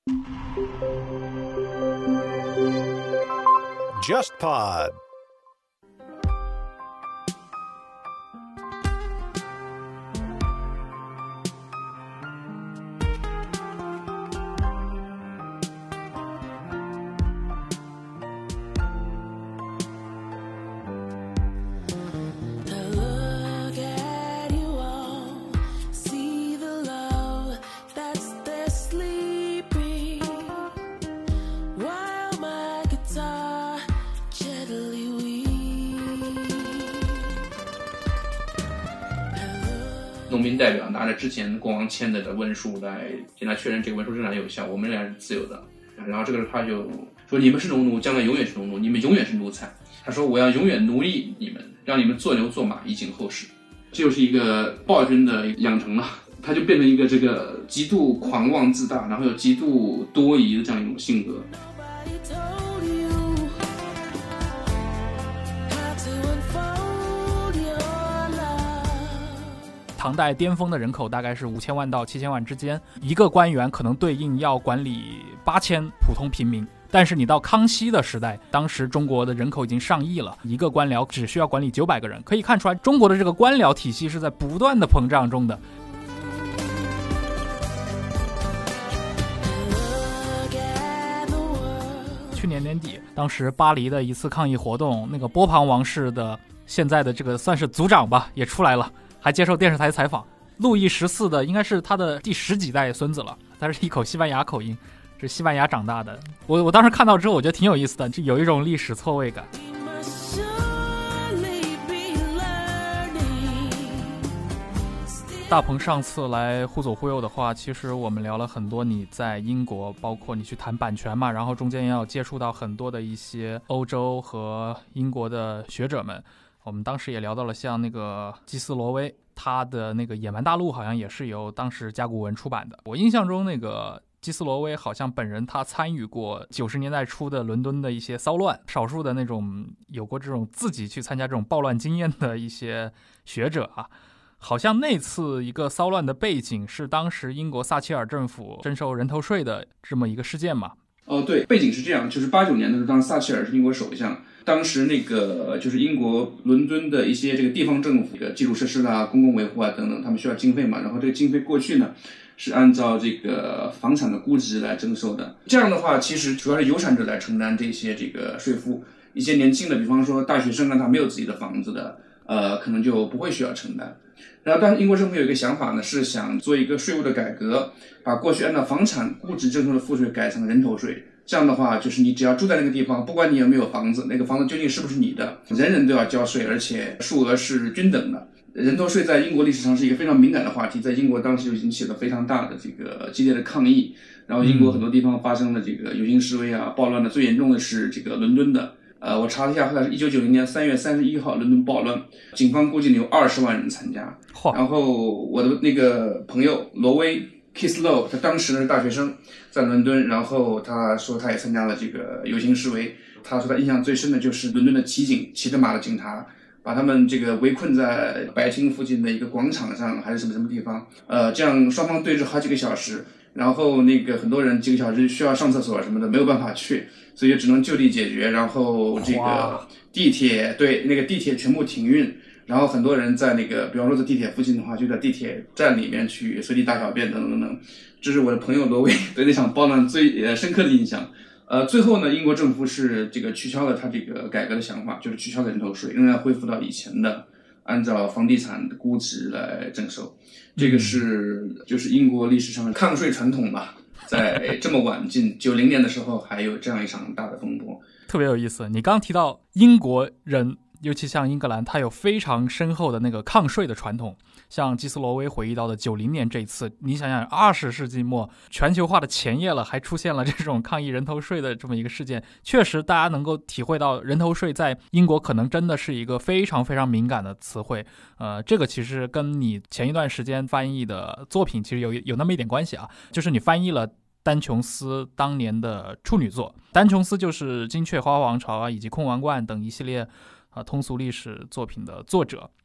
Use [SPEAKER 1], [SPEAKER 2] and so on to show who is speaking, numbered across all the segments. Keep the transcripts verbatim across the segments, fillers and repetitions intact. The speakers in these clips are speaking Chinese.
[SPEAKER 1] JustPod。
[SPEAKER 2] 农民代表拿着之前国王签的的文书来跟他确认这个文书仍然有效，我们仍然是自由的。然后这个他就说，你们是农奴，将来永远是农奴，你们永远是奴才。他说我要永远奴役你们，让你们做牛做马，以警后世。这就是一个暴君的养成了，他就变成一个这个极度狂妄自大，然后又极度多疑的这样一种性格。
[SPEAKER 3] 唐代巅峰的人口大概是五千万到七千万之间，一个官员可能对应要管理八千普通平民。但是你到康熙的时代，当时中国的人口已经上亿了，一个官僚只需要管理九百个人，可以看出来中国的这个官僚体系是在不断的膨胀中的。去年年底，当时巴黎的一次抗议活动，那个波旁王室的现在的这个算是族长吧，也出来了，还接受电视台采访。路易十四的应该是他的第十几代孙子了，他是一口西班牙口音，是西班牙长大的。我我当时看到之后，我觉得挺有意思的，就有一种历史错位感。大鹏上次来忽左忽右的话，其实我们聊了很多你在英国，包括你去谈版权嘛，然后中间也要接触到很多的一些欧洲和英国的学者们。我们当时也聊到了像那个基斯罗威，他的那个野蛮大陆好像也是由当时甲骨文出版的。我印象中那个基斯罗威好像本人他参与过九十年代初的伦敦的一些骚乱，少数的那种有过这种自己去参加这种暴乱经验的一些学者啊，好像那次一个骚乱的背景是当时英国撒切尔政府征收人头税的这么一个事件嘛。
[SPEAKER 2] 哦，对，背景是这样，就是八九年的时候，当时撒切尔是英国首相，当时那个就是英国伦敦的一些这个地方政府的基础设施啦、公共维护啊等等，他们需要经费嘛，然后这个经费过去呢是按照这个房产的估值来征收的。这样的话，其实主要是有产者来承担这些这个税负，一些年轻的，比方说大学生啊，他没有自己的房子的，呃，可能就不会需要承担。然后，当时英国政府有一个想法呢，是想做一个税务的改革，把过去按照房产估值征收的赋税改成人头税。这样的话，就是你只要住在那个地方，不管你有没有房子，那个房子究竟是不是你的，人人都要交税，而且数额是均等的。人头税在英国历史上是一个非常敏感的话题，在英国当时就引起了非常大的这个激烈的抗议。然后，英国很多地方发生了这个游行示威啊、暴乱的，最严重的是这个伦敦的。呃，我查了一下，后来是一九九零年三月三十一号伦敦暴乱，警方估计有二十万人参加。然后我的那个朋友罗威 Kislow， 他当时是大学生，在伦敦，然后他说他也参加了这个游行示威。他说他印象最深的就是伦敦的骑警骑着马的警察，把他们这个围困在白厅附近的一个广场上，还是什么什么地方。呃，这样双方对峙好几个小时。然后那个很多人几个小时需要上厕所什么的没有办法去，所以只能就地解决。然后这个地铁，对，那个地铁全部停运，然后很多人在那个比方说在地铁附近的话，就在地铁站里面去随地大小便等等等等。这是我的朋友罗威对那场暴乱最呃深刻的印象。呃，最后呢，英国政府是这个取消了他这个改革的想法，就是取消了人头税，仍然恢复到以前的按照房地产的估值来征收。这个是就是英国历史上的抗税传统吧，在这么晚近九零年的时候还有这样一场大的风波，
[SPEAKER 3] 特别有意思。你刚提到英国人，尤其像英格兰，它有非常深厚的那个抗税的传统。像基斯罗威回忆到的九零年这一次，你想想二十世纪末全球化的前夜了，还出现了这种抗议人头税的这么一个事件，确实大家能够体会到人头税在英国可能真的是一个非常非常敏感的词汇。呃，这个其实跟你前一段时间翻译的作品其实有有那么一点关系啊，就是你翻译了丹琼斯当年的处女作。丹琼斯就是金雀花王朝啊以及空王冠等一系列呃通俗历史作品的作者。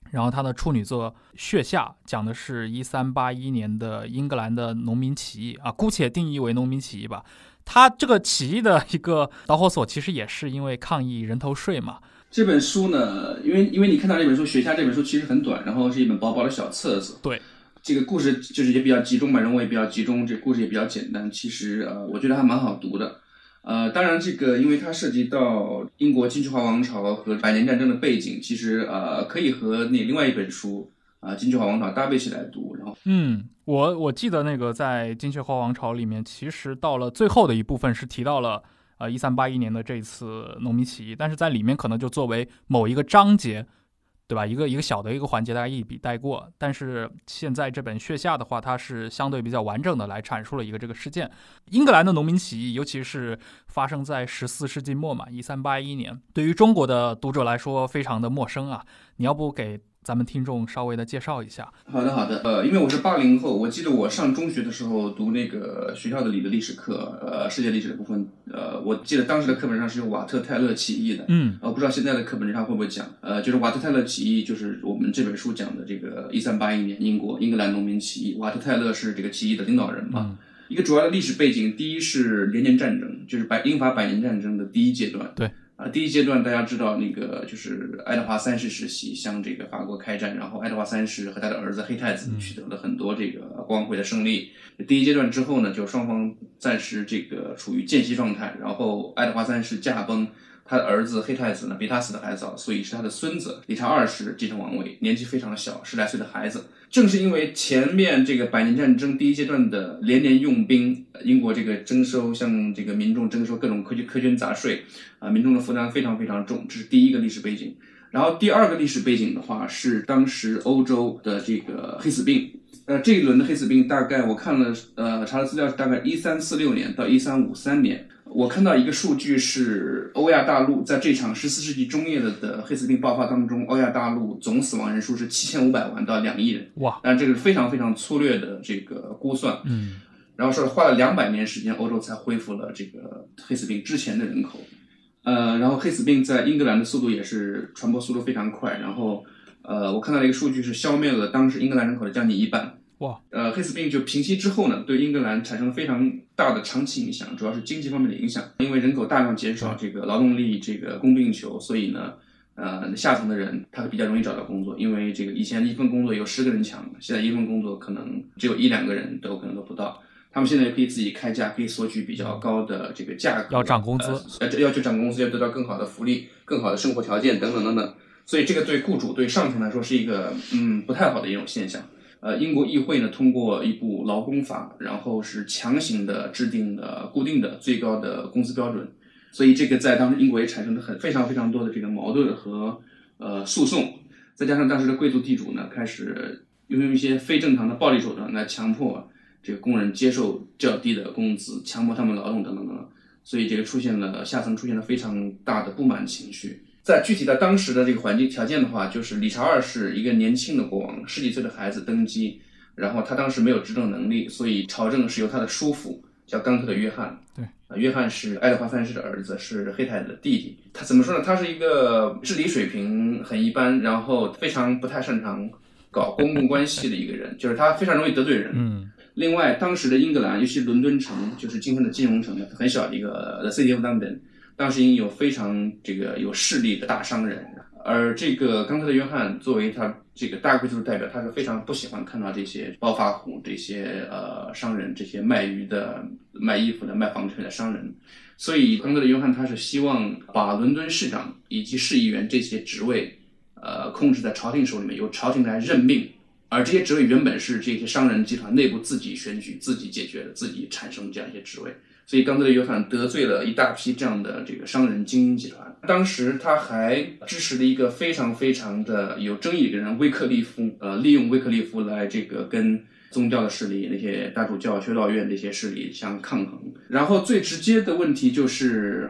[SPEAKER 3] 然后他的处女作《血下》讲的是一三八一年的英格兰的农民起义啊，姑且定义为农民起义吧。他这个起义的一个导火索其实也是因为抗议人头税嘛。
[SPEAKER 2] 这本书呢，因为因为你看到这本书《血下》这本书其实很短，然后是一本薄薄的小册子。
[SPEAKER 3] 对，
[SPEAKER 2] 这个故事就是也比较集中嘛，人物也比较集中，这故事也比较简单。其实呃，我觉得还蛮好读的。呃，当然这个因为它涉及到英国金雀花王朝和百年战争的背景，其实呃可以和那另外一本书啊、呃《金雀花王朝》搭配起来读。然后
[SPEAKER 3] 嗯，我我记得那个在《金雀花王朝》里面，其实到了最后的一部分是提到了呃一三八一年的这一次农民起义，但是在里面可能就作为某一个章节，对吧？一个一个小的一个环节，大家一笔带过。但是现在这本《血下》的话，它是相对比较完整的来阐述了一个这个事件。英格兰的农民起义，尤其是发生在十四世纪末嘛，一三八一年，对于中国的读者来说非常的陌生啊。你要不给咱们听众稍微的介绍一下？
[SPEAKER 2] 好的，好的。呃，因为我是八零后，我记得我上中学的时候读那个学校的里的历史课，呃，世界历史的部分，呃，我记得当时的课本上是用瓦特泰勒起义的，
[SPEAKER 3] 嗯，
[SPEAKER 2] 呃，不知道现在的课本上会不会讲，呃，就是瓦特泰勒起义，就是我们这本书讲的这个一三八一年英国英格兰农民起义，瓦特泰勒是这个起义的领导人嘛。嗯，一个主要的历史背景，第一是连年战争，就是百英法百年战争的第一阶段。
[SPEAKER 3] 对。
[SPEAKER 2] 啊，第一阶段大家知道，那个就是爱德华三世时期向这个法国开战，然后爱德华三世和他的儿子黑太子取得了很多这个光辉的胜利。嗯、第一阶段之后呢，就双方暂时这个处于间隙状态，然后爱德华三世驾崩，他的儿子黑太子呢比他死的还早，所以是他的孙子理查二世继承王位，年纪非常小，十来岁的孩子。正是因为前面这个百年战争第一阶段的连年用兵，英国这个征收向这个民众征收各种苛苛捐杂税啊、呃，民众的负担非常非常重，这是第一个历史背景。然后第二个历史背景的话，是当时欧洲的这个黑死病。呃，这一轮的黑死病大概我看了，呃，查了资料是大概一三四六年到一三五三年。我看到一个数据是，欧亚大陆在这场十四世纪中叶的的黑死病爆发当中，欧亚大陆总死亡人数是七千五百万到两亿人。
[SPEAKER 3] 哇！
[SPEAKER 2] 但这个是非常非常粗略的这个估算。
[SPEAKER 3] 嗯。
[SPEAKER 2] 然后说花了两百年时间，欧洲才恢复了这个黑死病之前的人口。呃，然后黑死病在英格兰的速度也是传播速度非常快。然后，呃，我看到了一个数据是消灭了当时英格兰人口的将近一半。
[SPEAKER 3] 哇，
[SPEAKER 2] 呃，黑死病就平息之后呢，对英格兰产生了非常大的长期影响，主要是经济方面的影响。因为人口大量减少，这个劳动力这个供不应求，所以呢，呃，下层的人他比较容易找到工作。因为这个以前一份工作有十个人抢，现在一份工作可能只有一两个人都可能都不到。他们现在也可以自己开价，可以索取比较高的这个价格，
[SPEAKER 3] 要涨工资，
[SPEAKER 2] 呃，要去涨工资，要得到更好的福利、更好的生活条件等等等等。所以这个对雇主、对上层来说是一个嗯不太好的一种现象。呃，英国议会呢通过一部劳工法，然后是强行的制定了固定的最高的工资标准，所以这个在当时英国也产生了很非常非常多的这个矛盾和呃诉讼，再加上当时的贵族地主呢开始用一些非正常的暴力手段来强迫这个工人接受较低的工资，强迫他们劳动等等等等，所以这个出现了下层出现了非常大的不满情绪。在具体的当时的这个环境条件的话，就是理查二世一个年轻的国王，十几岁的孩子登基，然后他当时没有执政能力，所以朝政是由他的叔父叫冈特的约翰。
[SPEAKER 3] 对，
[SPEAKER 2] 呃，约翰是爱德华三世的儿子，是黑太子的弟弟。他怎么说呢？他是一个治理水平很一般，然后非常不太擅长搞公共关系的一个人，就是他非常容易得罪人。
[SPEAKER 3] 嗯。
[SPEAKER 2] 另外，当时的英格兰，尤其是伦敦城，就是今天的金融城，很小的一个 The City of London。当时已经有非常这个有势力的大商人，而这个冈特的约翰作为他这个大贵族的代表，他是非常不喜欢看到这些暴发户、这些呃商人、这些卖鱼的、卖衣服的、卖纺织品的商人。所以冈特的约翰他是希望把伦敦市长以及市议员这些职位，呃，控制在朝廷手里面，由朝廷来任命。而这些职位原本是这些商人集团内部自己选举、自己解决的、自己产生这样一些职位。所以冈特的约翰得罪了一大批这样的这个商人精英集团。当时他还支持了一个非常非常的有争议的一个人威克利夫，呃，利用威克利夫来这个跟宗教的势力、那些大主教、修道院这些势力相抗衡。然后最直接的问题就是，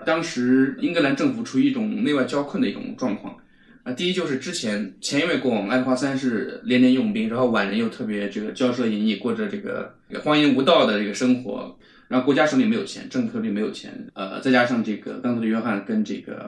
[SPEAKER 2] 当时英格兰政府处于一种内外交困的一种状况。啊，第一就是之前前一位国王爱德华三世连年用兵，然后晚年又特别这个骄奢淫逸，过着这个荒淫无道的这个生活。然后国家手里没有钱，政府手里没有钱，呃，再加上这个冈特的约翰跟这个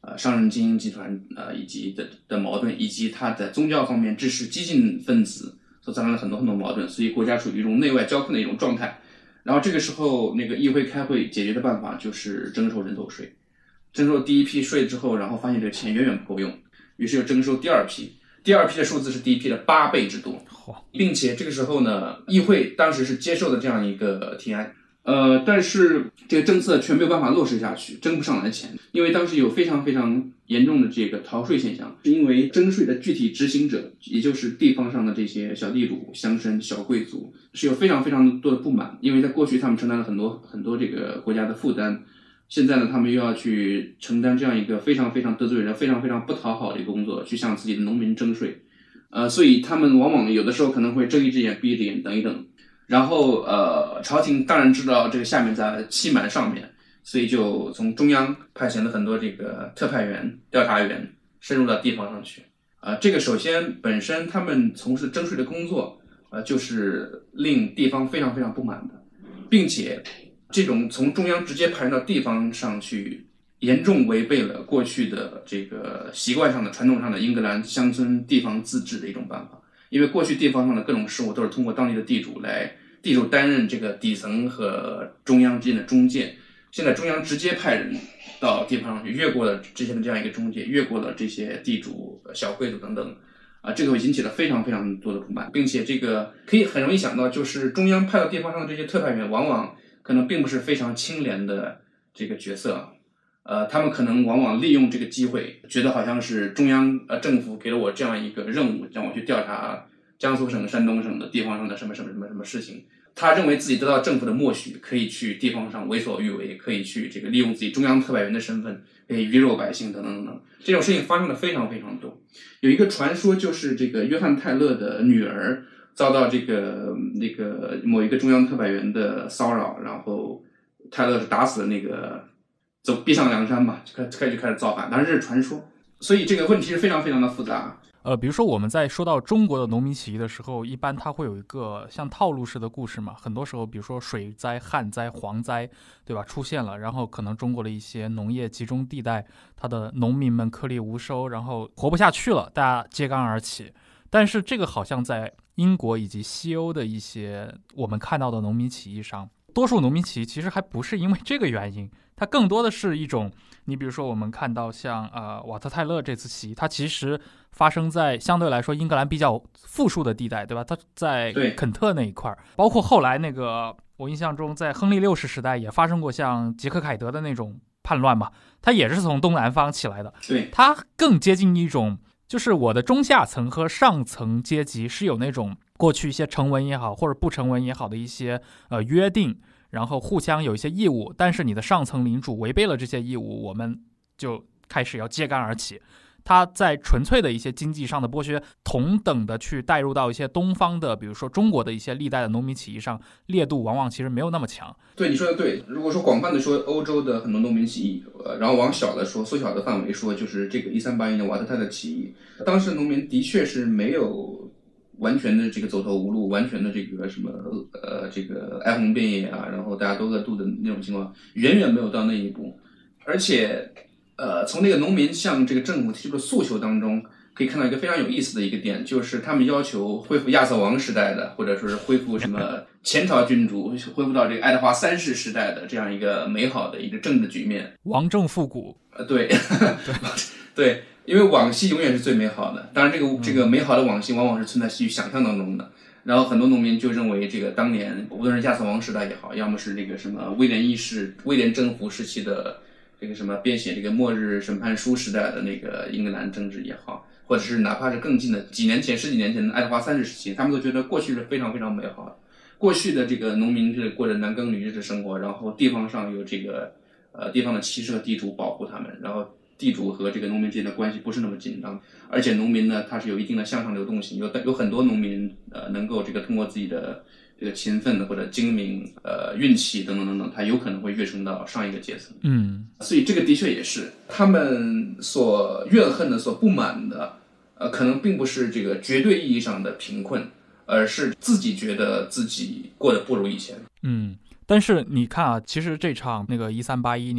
[SPEAKER 2] 呃商人精英集团呃以及的的矛盾，以及它在宗教方面支持激进分子所造成了很多很多矛盾，所以国家处于一种内外交困的一种状态。然后这个时候那个议会开会解决的办法就是征收人头税，征收第一批税之后，然后发现这个钱远远不够用，于是又征收第二批，第二批的数字是第一批的八倍之多，并且这个时候呢，议会当时是接受了这样一个提案，呃，但是这个政策却没有办法落实下去，征不上来钱，因为当时有非常非常严重的这个逃税现象，是因为征税的具体执行者，也就是地方上的这些小地主、乡绅、小贵族，是有非常非常多的不满，因为在过去他们承担了很多很多这个国家的负担。现在呢，他们又要去承担这样一个非常非常得罪人、非常非常不讨好的一个工作，去向自己的农民征税，呃，所以他们往往有的时候可能会睁一只眼闭一只眼，等一等。然后呃，朝廷当然知道这个下面在欺瞒上面，所以就从中央派遣了很多这个特派员、调查员深入到地方上去。啊、呃，这个首先本身他们从事征税的工作，呃，就是令地方非常非常不满的，并且。这种从中央直接派人到地方上去，严重违背了过去的这个习惯上的传统上的英格兰乡村地方自治的一种办法。因为过去地方上的各种事务都是通过当地的地主来，地主担任这个底层和中央之间的中介。现在中央直接派人到地方上去，越过了之前的这样一个中介，越过了这些地主、小贵族等等。啊，这个会引起了非常非常多的不满，并且这个可以很容易想到，就是中央派到地方上的这些特派员，往往可能并不是非常清廉的这个角色，呃，他们可能往往利用这个机会，觉得好像是中央呃政府给了我这样一个任务，让我去调查江苏省、山东省的地方上的什么什么什么什么事情。他认为自己得到政府的默许，可以去地方上为所欲为，可以去这个利用自己中央特派员的身份，可以鱼肉百姓等等等等。这种事情发生的非常非常多。有一个传说，就是这个约翰泰勒的女儿遭到这个那个某一个中央特派员的骚扰，然后泰勒是打死了那个，走逼上梁山嘛，就开开始开始造反，当然这是传说，所以这个问题是非常非常的复杂。
[SPEAKER 3] 呃，比如说我们在说到中国的农民起义的时候，一般它会有一个像套路式的故事嘛，很多时候比如说水灾、旱灾、蝗灾，对吧，出现了，然后可能中国的一些农业集中地带，它的农民们颗粒无收，然后活不下去了，大家揭竿而起。但是这个好像在英国以及西欧的一些我们看到的农民起义上，多数农民起义其实还不是因为这个原因，它更多的是一种，你比如说我们看到像呃瓦特泰勒这次起义，它其实发生在相对来说英格兰比较富庶的地带，对吧？它在肯特那一块，包括后来那个我印象中在亨利六世时代也发生过像杰克凯德的那种叛乱嘛，它也是从东南方起来的。
[SPEAKER 2] 对，
[SPEAKER 3] 它更接近一种，就是我的中下层和上层阶级是有那种过去一些成文也好或者不成文也好的一些呃约定，然后互相有一些义务，但是你的上层领主违背了这些义务，我们就开始要揭竿而起。他在纯粹的一些经济上的剥削，同等的去带入到一些东方的，比如说中国的一些历代的农民起义上，烈度往往其实没有那么强。
[SPEAKER 2] 对，你说的对。如果说广泛的说欧洲的很多农民起义，呃，然后往小的说，缩小的范围说，就是这个一三八一年瓦特泰勒起义，当时农民的确是没有完全的这个走投无路，完全的这个什么呃这个哀鸿遍野啊，然后大家都饿肚的那种情况，远远没有到那一步。而且呃从那个农民向这个政府提出的诉求当中，可以看到一个非常有意思的一个点，就是他们要求恢复亚瑟王时代的，或者说是恢复什么前朝君主，恢复到这个爱德华三世时代的这样一个美好的一个政治局面，
[SPEAKER 3] 王政复古。
[SPEAKER 2] 呃对对，因为往昔永远是最美好的，当然这个、嗯、这个美好的往昔往往是存在于想象当中的。然后很多农民就认为，这个当年无论是亚瑟王时代也好，要么是这个什么威廉一世、威廉征服时期的这个什么编写这个末日审判书时代的那个英格兰政治也好，或者是哪怕是更近的几年前、十几年前的爱德华三世时期，他们都觉得过去是非常非常美好的。过去的这个农民是过着男耕女织的生活，然后地方上有这个呃地方的骑士和地主保护他们，然后地主和这个农民之间的关系不是那么紧张，而且农民呢，他是有一定的向上流动性，有有很多农民呃能够这个通过自己的这个勤奋或者精明、呃运气等等等等，他有可能会跃升到上一个阶层。
[SPEAKER 3] 嗯，
[SPEAKER 2] 所以这个的确也是他们所怨恨的、所不满的，呃，可能并不是这个绝对意义上的贫困，而是自己觉得自己过得不如以前。
[SPEAKER 3] 嗯，但是你看啊，其实这场那个一三八一年。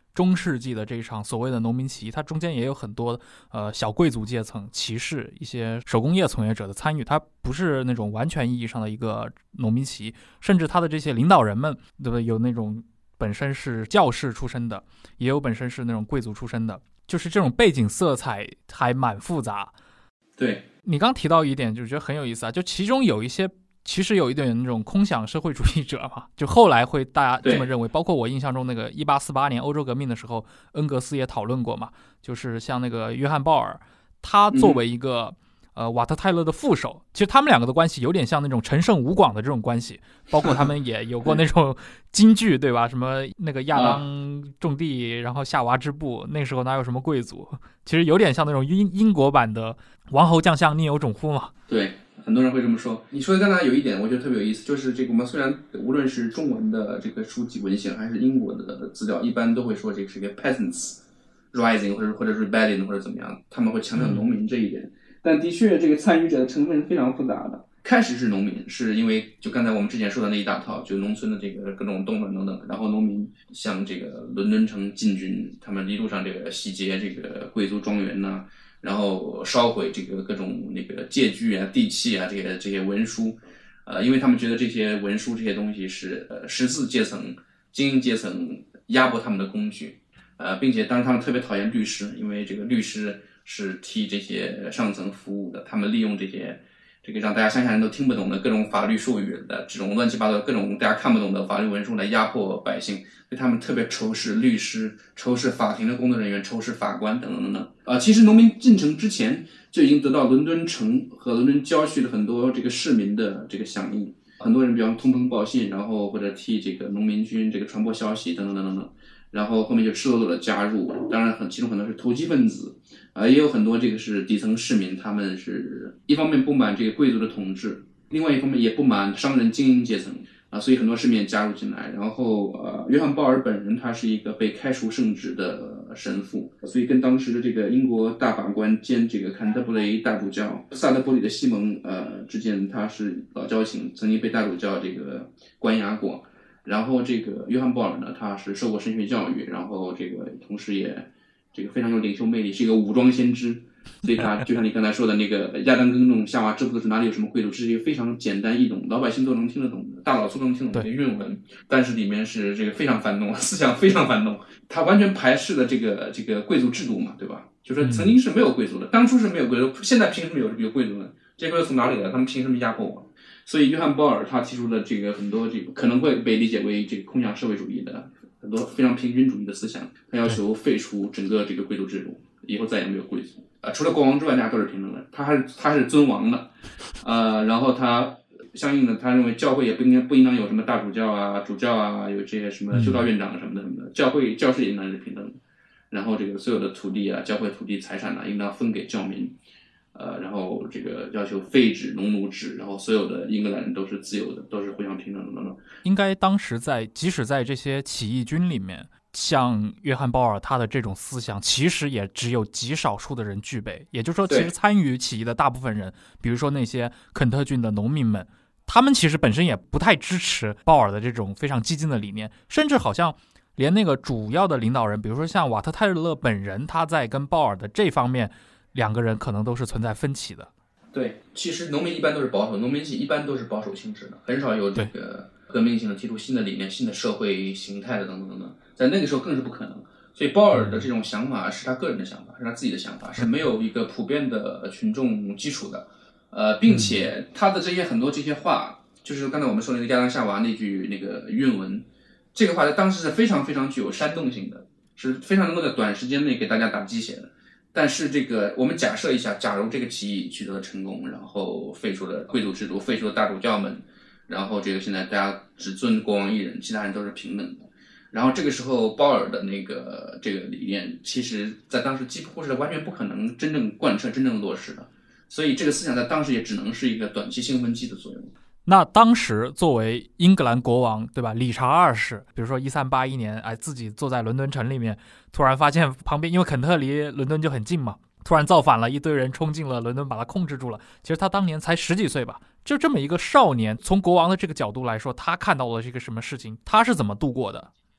[SPEAKER 3] 中世纪的这场所谓的农民起义，它中间也有很多呃小贵族阶层、骑士、一些手工业从业者的参与，它不是那种完全意义上的一个农民起义，甚至它的这些领导人们，对吧？有那种本身是教士出身的，也有本身是那种贵族出身的，就是这种背景色彩还蛮复杂。
[SPEAKER 2] 对，
[SPEAKER 3] 你刚提到一点，就觉得很有意思啊，就其中有一些。其实有一点那种空想社会主义者嘛，就后来会大家这么认为，包括我印象中那个一八四八年欧洲革命的时候，恩格斯也讨论过嘛，就是像那个约翰鲍尔，他作为一个、嗯、呃瓦特泰勒的副手，其实他们两个的关系有点像那种陈胜吴广的这种关系，包括他们也有过那种金句对吧？什么那个亚当种地，然后夏娃织布，那时候哪有什么贵族？其实有点像那种英英国版的王侯将相宁有种乎嘛。
[SPEAKER 2] 对。很多人会这么说。你说的刚才有一点我觉得特别有意思，就是这个我们虽然无论是中文的这个书籍文献还是英国的资料，一般都会说这个是一个 peasants rising 或者或者 rebellion 或者怎么样，他们会强调农民这一点、嗯、但的确这个参与者的成分是非常复杂的。开始是农民，是因为就刚才我们之前说的那一大套，就农村的这个各种动乱等等，然后农民向这个伦敦城进军，他们一路上这个洗劫这个贵族庄园呐、啊，然后烧毁这个各种那个借据啊、地契啊，这些这些文书，呃，因为他们觉得这些文书这些东西是呃识字阶层、精英阶层压迫他们的工具，呃，并且当时他们特别讨厌律师，因为这个律师是替这些上层服务的，他们利用这些这个让大家乡下人都听不懂的各种法律术语的这种乱七八糟各种大家看不懂的法律文书来压迫百姓，所以他们特别仇视律师、仇视法庭的工作人员、仇视法官等等等等。啊，其实农民进城之前就已经得到伦敦城和伦敦郊区的很多这个市民的这个响应，很多人比方通风报信，然后或者替这个农民军这个传播消息等等等等等。然后后面就赤裸裸的加入，当然很其中很多是投机分子，啊、呃，也有很多这个是底层市民，他们是一方面不满这个贵族的统治，另外一方面也不满商人精英阶层啊、呃，所以很多市民也加入进来。然后呃，约翰鲍尔本人他是一个被开除圣职的神父，所以跟当时的这个英国大法官兼这个坎特伯雷大主教萨德伯里的西蒙呃之间他是老交情，曾经被大主教这个关押过。然后这个约翰鲍尔呢，他是受过神学教育，然后这个同时也这个非常有领袖魅力，是一个武装先知，所以他就像你刚才说的那个亚当耕种夏娃织布的是哪里有什么贵族，这是一个非常简单易懂，老百姓都能听得懂的，大老粗都能听懂的韵文，但是里面是这个非常反动，思想非常反动，他完全排斥了这个这个贵族制度嘛，对吧？就说曾经是没有贵族的，当初是没有贵族，现在凭什么有有贵族呢？这贵族从哪里来？他们凭什么压迫我？所以约翰鲍尔他提出了这个很多这个可能会被理解为这个空想社会主义的很多非常平均主义的思想，他要求废除整个这个贵族制度，以后再也没有贵族啊、呃，除了国王之外，大家都是平等的，他还是他是尊王的，呃，然后他相应的他认为教会也不应该不应当有什么大主教啊、主教啊，有这些什么修道院长什么的什么的，教会教士也应当是平等的，然后这个所有的土地啊、教会土地财产啊，应当分给教民。呃，然后这个要求废止农奴制，然后所有的英格兰人都是自由的，都是互相平等的等等。
[SPEAKER 3] 应该当时在即使在这些起义军里面，像约翰鲍尔他的这种思想，其实也只有极少数的人具备。也就是说，其实参与起义的大部分人，比如说那些肯特郡的农民们，他们其实本身也不太支持鲍尔的这种非常激进的理念，甚至好像连那个主要的领导人，比如说像瓦特泰勒本人，他在跟鲍尔的这方面。两个人可能都是存在分歧的。
[SPEAKER 2] 对，其实农民一般都是保守，农民起义一般都是保守性质的，很少有这个革命性的提出新的理念、新的社会形态的等等等等，在那个时候更是不可能。所以鲍尔的这种想法是他个人的想法，是他自己的想法，是没有一个普遍的群众基础的。呃，并且他的这些很多这些话，就是刚才我们说的那个亚当夏娃那句那个韵文，这个话在当时是非常非常具有煽动性的，是非常能够在短时间内给大家打鸡血的。但是这个我们假设一下，假如这个起义取得了成功，然后废除了贵族制度，废除了大主教们，然后这个现在大家只尊国王一人，其他人都是平等的。然后这个时候鲍尔的那个这个理念，其实在当时几乎是完全不可能真正贯彻、真正落实的。所以这个思想在当时也只能是一个短期兴奋剂的作用。
[SPEAKER 3] 那当时作为英格兰国王，对吧？理查二世，比如说一三八一年，哎，自己坐在伦敦城里面，突然发现旁边，因为肯特离伦敦就很近嘛，突然造反了，一堆人冲进了伦敦，把他控制住了。其实他当年才十几岁吧，就这么一个少年，从国王的这个角度来说，他看到了这个什么事情，他是怎么度过的？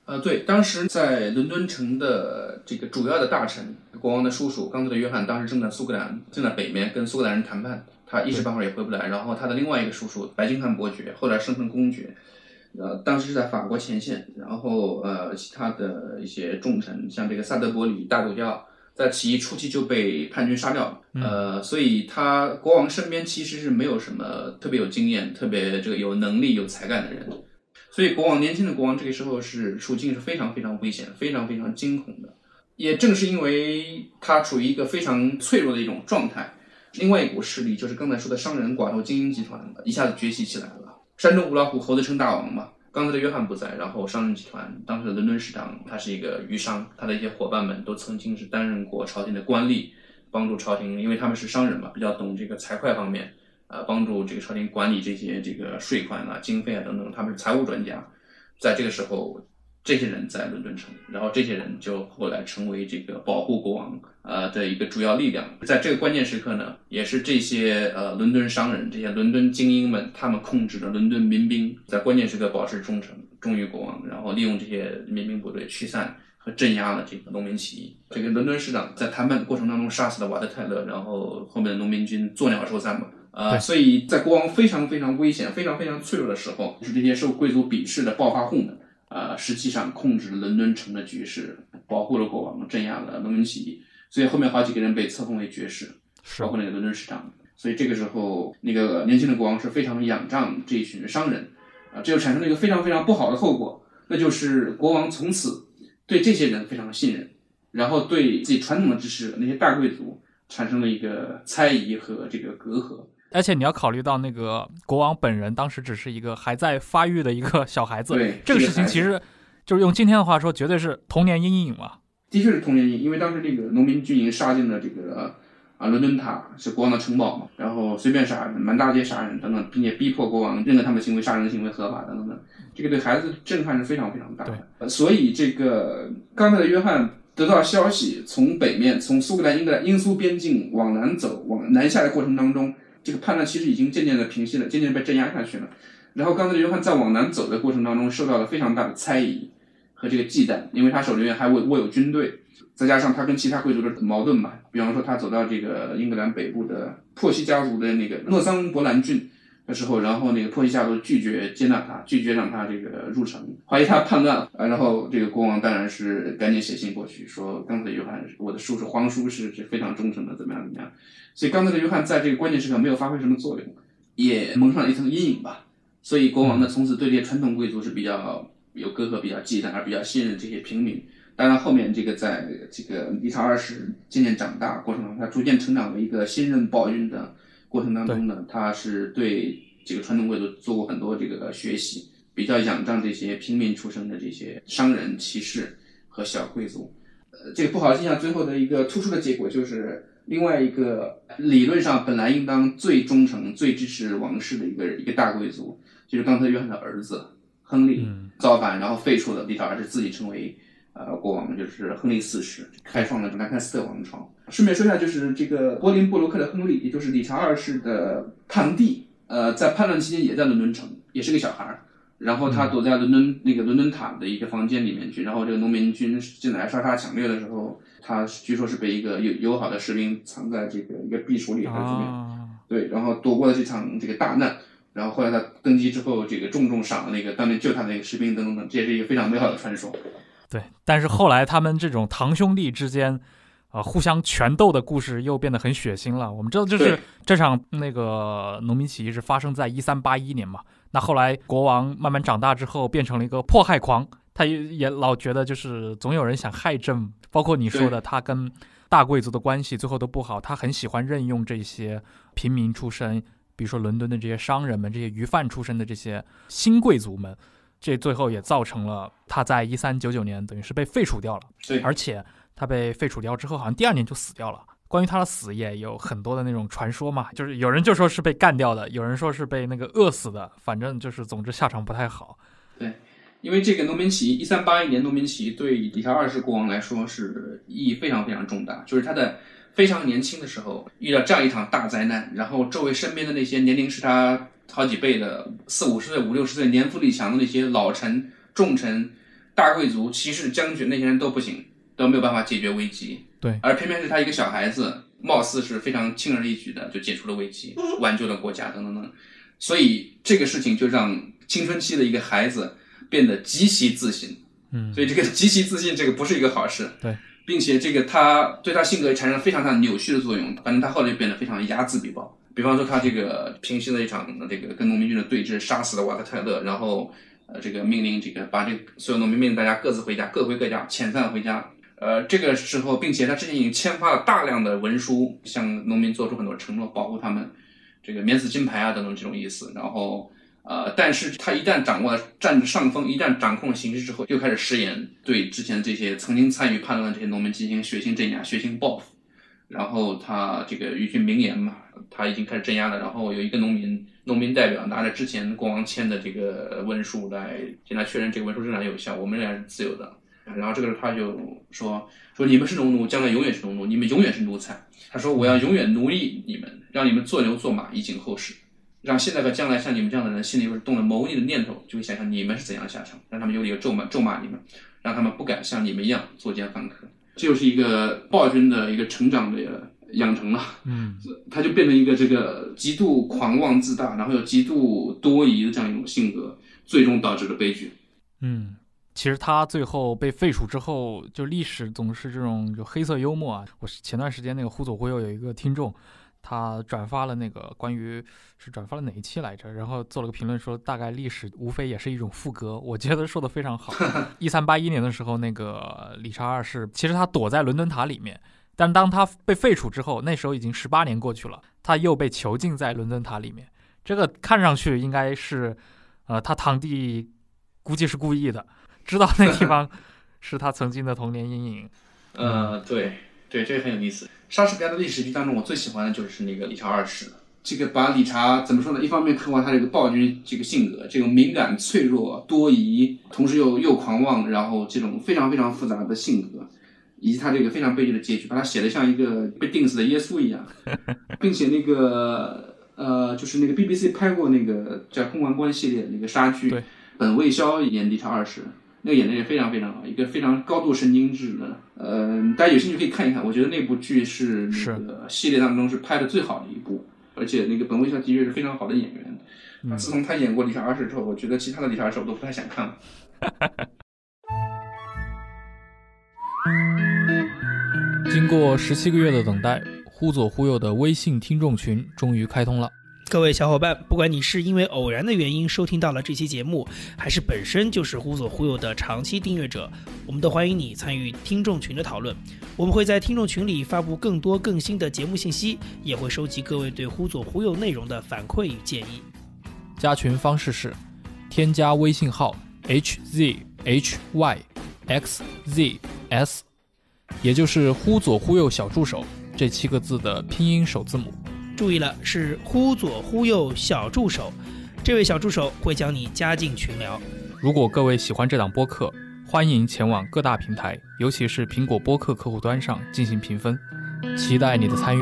[SPEAKER 2] 呃，对，当时在伦敦城的这个主要的大臣，国王的叔叔冈特的约翰，当时正在苏格兰，正在北面跟苏格兰人谈判，他一时半会儿也回不来。然后他的另外一个叔叔白金汉伯爵，后来升成公爵，呃，当时是在法国前线。然后呃，其他的一些重臣，像这个萨德伯里大主教，在起义初期就被叛军杀掉了。呃，所以他国王身边其实是没有什么特别有经验、特别这个有能力、有才干的人。所以国王年轻的国王这个时候是处境是非常非常危险、非常非常惊恐的。也正是因为他处于一个非常脆弱的一种状态，另外一股势力就是刚才说的商人寡头精英集团一下子崛起起来了。山中无老虎，猴子称大王嘛。刚才的约翰不在，然后商人集团当时的伦敦市长他是一个渔商，他的一些伙伴们都曾经是担任过朝廷的官吏，帮助朝廷，因为他们是商人嘛，比较懂这个财会方面。呃，帮助这个朝廷管理这些这个税款啊、经费啊等等，他们是财务专家。在这个时候，这些人在伦敦城，然后这些人就后来成为这个保护国王呃的一个主要力量。在这个关键时刻呢，也是这些呃伦敦商人、这些伦敦精英们，他们控制着伦敦民兵，在关键时刻保持忠诚，忠于国王，然后利用这些民兵部队驱散和镇压了这个农民起义。这个伦敦市长在谈判的过程当中杀死了瓦特泰勒，然后后面的农民军作鸟兽散嘛。呃，所以在国王非常非常危险、非常非常脆弱的时候，就是这些受贵族鄙视的暴发户们，呃，实际上控制了伦敦城的局势，保护了国王，镇压了农民起义。所以后面好几个人被册封为爵士，包括那个伦敦市长。所以这个时候，那个年轻的国王是非常仰仗这一群商人，啊、呃，这就产生了一个非常非常不好的后果，那就是国王从此对这些人非常信任，然后对自己传统的知识那些大贵族产生了一个猜疑和这个隔阂。
[SPEAKER 3] 而且你要考虑到那个国王本人当时只是一个还在发育的一个小孩子，
[SPEAKER 2] 对
[SPEAKER 3] 这个事情其实就是用今天的话说，绝对是童年阴影嘛。
[SPEAKER 2] 的确是童年阴影，因为当时这个农民军营杀进了这个啊伦敦塔，是国王的城堡嘛，然后随便杀人、满大街杀人等等，并且逼迫国王认可他们的行为、杀人的行为合法等等等，这个对孩子震撼是非常非常大的。呃、所以这个刚才的约翰得到消息，从北面从苏格兰、英格兰、英苏边境往南走、往南下的过程当中，这个叛乱其实已经渐渐的平息了，渐渐被镇压下去了。然后刚才的约翰在往南走的过程当中，受到了非常大的猜疑和这个忌惮，因为他手里面还握有军队，再加上他跟其他贵族的矛盾嘛，比方说他走到这个英格兰北部的珀西家族的那个诺桑伯兰郡的时候，然后那个珀西家族拒绝接纳他，拒绝让他这个入城，怀疑他叛乱啊。然后这个国王当然是赶紧写信过去说，刚才约翰我的叔叔皇叔是是非常忠诚的，怎么样怎么样。所以刚才的约翰在这个关键时刻没有发挥什么作用，也蒙上了一层阴影吧。所以国王呢，从此对这些传统贵族是比较有隔阂、比较忌惮，而比较信任这些平民。当然后面这个在这个理查二世渐渐长大过程中，他逐渐成长为一个新任暴君的过程当中呢，他是对这个传统贵族做过很多这个学习，比较仰仗这些平民出身的这些商人、骑士和小贵族。呃，这个不好的现象最后的一个突出的结果就是另外一个理论上本来应当最忠诚、最支持王室的一个一个大贵族，就是刚才约翰的儿子亨利造反，然后废除了理查二世，自己成为呃国王，就是亨利四世，开创了兰开斯特王朝。顺便说一下，就是这个柏林布鲁克的亨利，也就是理查二世的堂弟，呃，在叛乱期间也在伦敦城，也是个小孩，然后他躲在伦敦那个伦敦塔的一个房间里面去，然后这个农民军进来杀杀抢掠的时候，他据说是被一个友友好的士兵藏在这个一个壁橱里还是怎么样、啊、对，然后躲过了这场这个大难。然后后来他登基之后，这个重重赏了那个当年救他的那个士兵等等等，这也是一个非常美好的传说。
[SPEAKER 3] 对，但是后来他们这种堂兄弟之间呃，互相权斗的故事又变得很血腥了。我们知道就是这场那个农民起义是发生在一三八一年嘛，那后来国王慢慢长大之后变成了一个迫害狂，他也也老觉得就是总有人想害朕，包括你说的他跟大贵族的关系最后都不好，他很喜欢任用这些平民出身，比如说伦敦的这些商人们，这些鱼贩出身的这些新贵族们，这最后也造成了他在一三九九年等于是被废除掉了。
[SPEAKER 2] 对，
[SPEAKER 3] 而且他被废除掉之后好像第二年就死掉了。关于他的死也有很多的那种传说嘛，就是有人就说是被干掉的，有人说是被那个饿死的，反正就是总之下场不太好。
[SPEAKER 2] 对，因为这个农民起义一三八一年农民起义对理查二世国王来说是意义非常非常重大，就是他的非常年轻的时候遇到这样一场大灾难，然后周围身边的那些年龄是他好几倍的四五十岁五六十岁年富力强的那些老臣重臣， 大贵族、骑士、将军那些人都不行，都没有办法解决危机。
[SPEAKER 3] 对，
[SPEAKER 2] 而偏偏是他一个小孩子，貌似是非常轻而易举的就解除了危机，挽救了国家等等等。所以这个事情就让青春期的一个孩子变得极其自信。
[SPEAKER 3] 嗯，
[SPEAKER 2] 所以这个极其自信，这个不是一个好事。
[SPEAKER 3] 对，
[SPEAKER 2] 并且这个他对他性格产生非常大的扭曲的作用，反正他后来就变得非常睚眦必报。比方说他这个平息了一场这个跟农民军的对峙，杀死了瓦特泰勒，然后呃这个命令这个把这个所有农民命令大家各自回家，各回各家，遣散回家。呃，这个时候，并且他之前已经签发了大量的文书，向农民做出很多承诺，保护他们这个免死金牌啊等等这种意思。然后呃，但是他一旦掌握了占着上风，一旦掌控了形势之后，又开始食言，对之前这些曾经参与叛乱的这些农民进行血腥镇压、血腥报复。然后他这个一句名言嘛，他已经开始镇压了。然后有一个农民农民代表拿着之前国王签的这个文书来向他确认这个文书仍然有效，我们仍然是自由的。然后这个时候他就说说你们是农奴，将来永远是农奴，你们永远是奴才。他说我要永远奴役你们，让你们做牛做马，以警后世，让现在和将来像你们这样的人心里边动了谋逆的念头，就会想象你们是怎样的下场，让他们有理由咒骂咒骂你们，让他们不敢像你们一样作奸犯科。这就是一个暴君的一个成长的养成了。
[SPEAKER 3] 嗯，
[SPEAKER 2] 他就变成一个这个极度狂妄自大，然后又极度多疑的这样一种性格，最终导致了悲剧。
[SPEAKER 3] 嗯。其实他最后被废除之后，就历史总是这种就黑色幽默啊。我前段时间那个忽左忽右有一个听众，他转发了那个关于是转发了哪一期来着，然后做了个评论说，大概历史无非也是一种赋格。我觉得说的非常好。一三八一年的时候，那个理查二世其实他躲在伦敦塔里面，但当他被废除之后，那时候已经十八年过去了，他又被囚禁在伦敦塔里面。这个看上去应该是，呃，他堂弟估计是故意的。知道那地方是他曾经的童年阴影。
[SPEAKER 2] 呃，对对，这个很有意思。莎士比亚的历史剧当中，我最喜欢的就是那个理查二世。这个把理查怎么说呢？一方面刻画他这个暴君这个性格，这种敏感、脆弱、多疑，同时又又狂妄，然后这种非常非常复杂的性格，以及他这个非常悲剧的结局，把他写得像一个被钉死的耶稣一样，并且那个呃，就是那个 B B C 拍过那个叫《空王冠》系列那个莎剧，本卫肖演理查二世。那个演的也非常非常好，一个非常高度神经质的，呃，大家有兴趣可以看一看。我觉得那部剧是那个系列当中是拍的最好的一部，而且那个本卫肖的确是非常好的演员。嗯、自从他演过理查二世之后，我觉得其他的理查二世我都不太想看了。
[SPEAKER 3] 经过十七个月的等待，忽左忽右的微信听众群终于开通了。
[SPEAKER 4] 各位小伙伴，不管你是因为偶然的原因收听到了这期节目，还是本身就是忽左忽右的长期订阅者，我们都欢迎你参与听众群的讨论。我们会在听众群里发布更多更新的节目信息，也会收集各位对忽左忽右内容的反馈与建议。
[SPEAKER 3] 加群方式是添加微信号 H Z H Y X Z S， 也就是忽左忽右小助手这七个字的拼音首字母。
[SPEAKER 4] 注意了，是忽左忽右小助手，这位小助手会将你加进群聊。
[SPEAKER 3] 如果各位喜欢这档播客，欢迎前往各大平台，尤其是苹果播客客户端上进行评分，期待你的参与。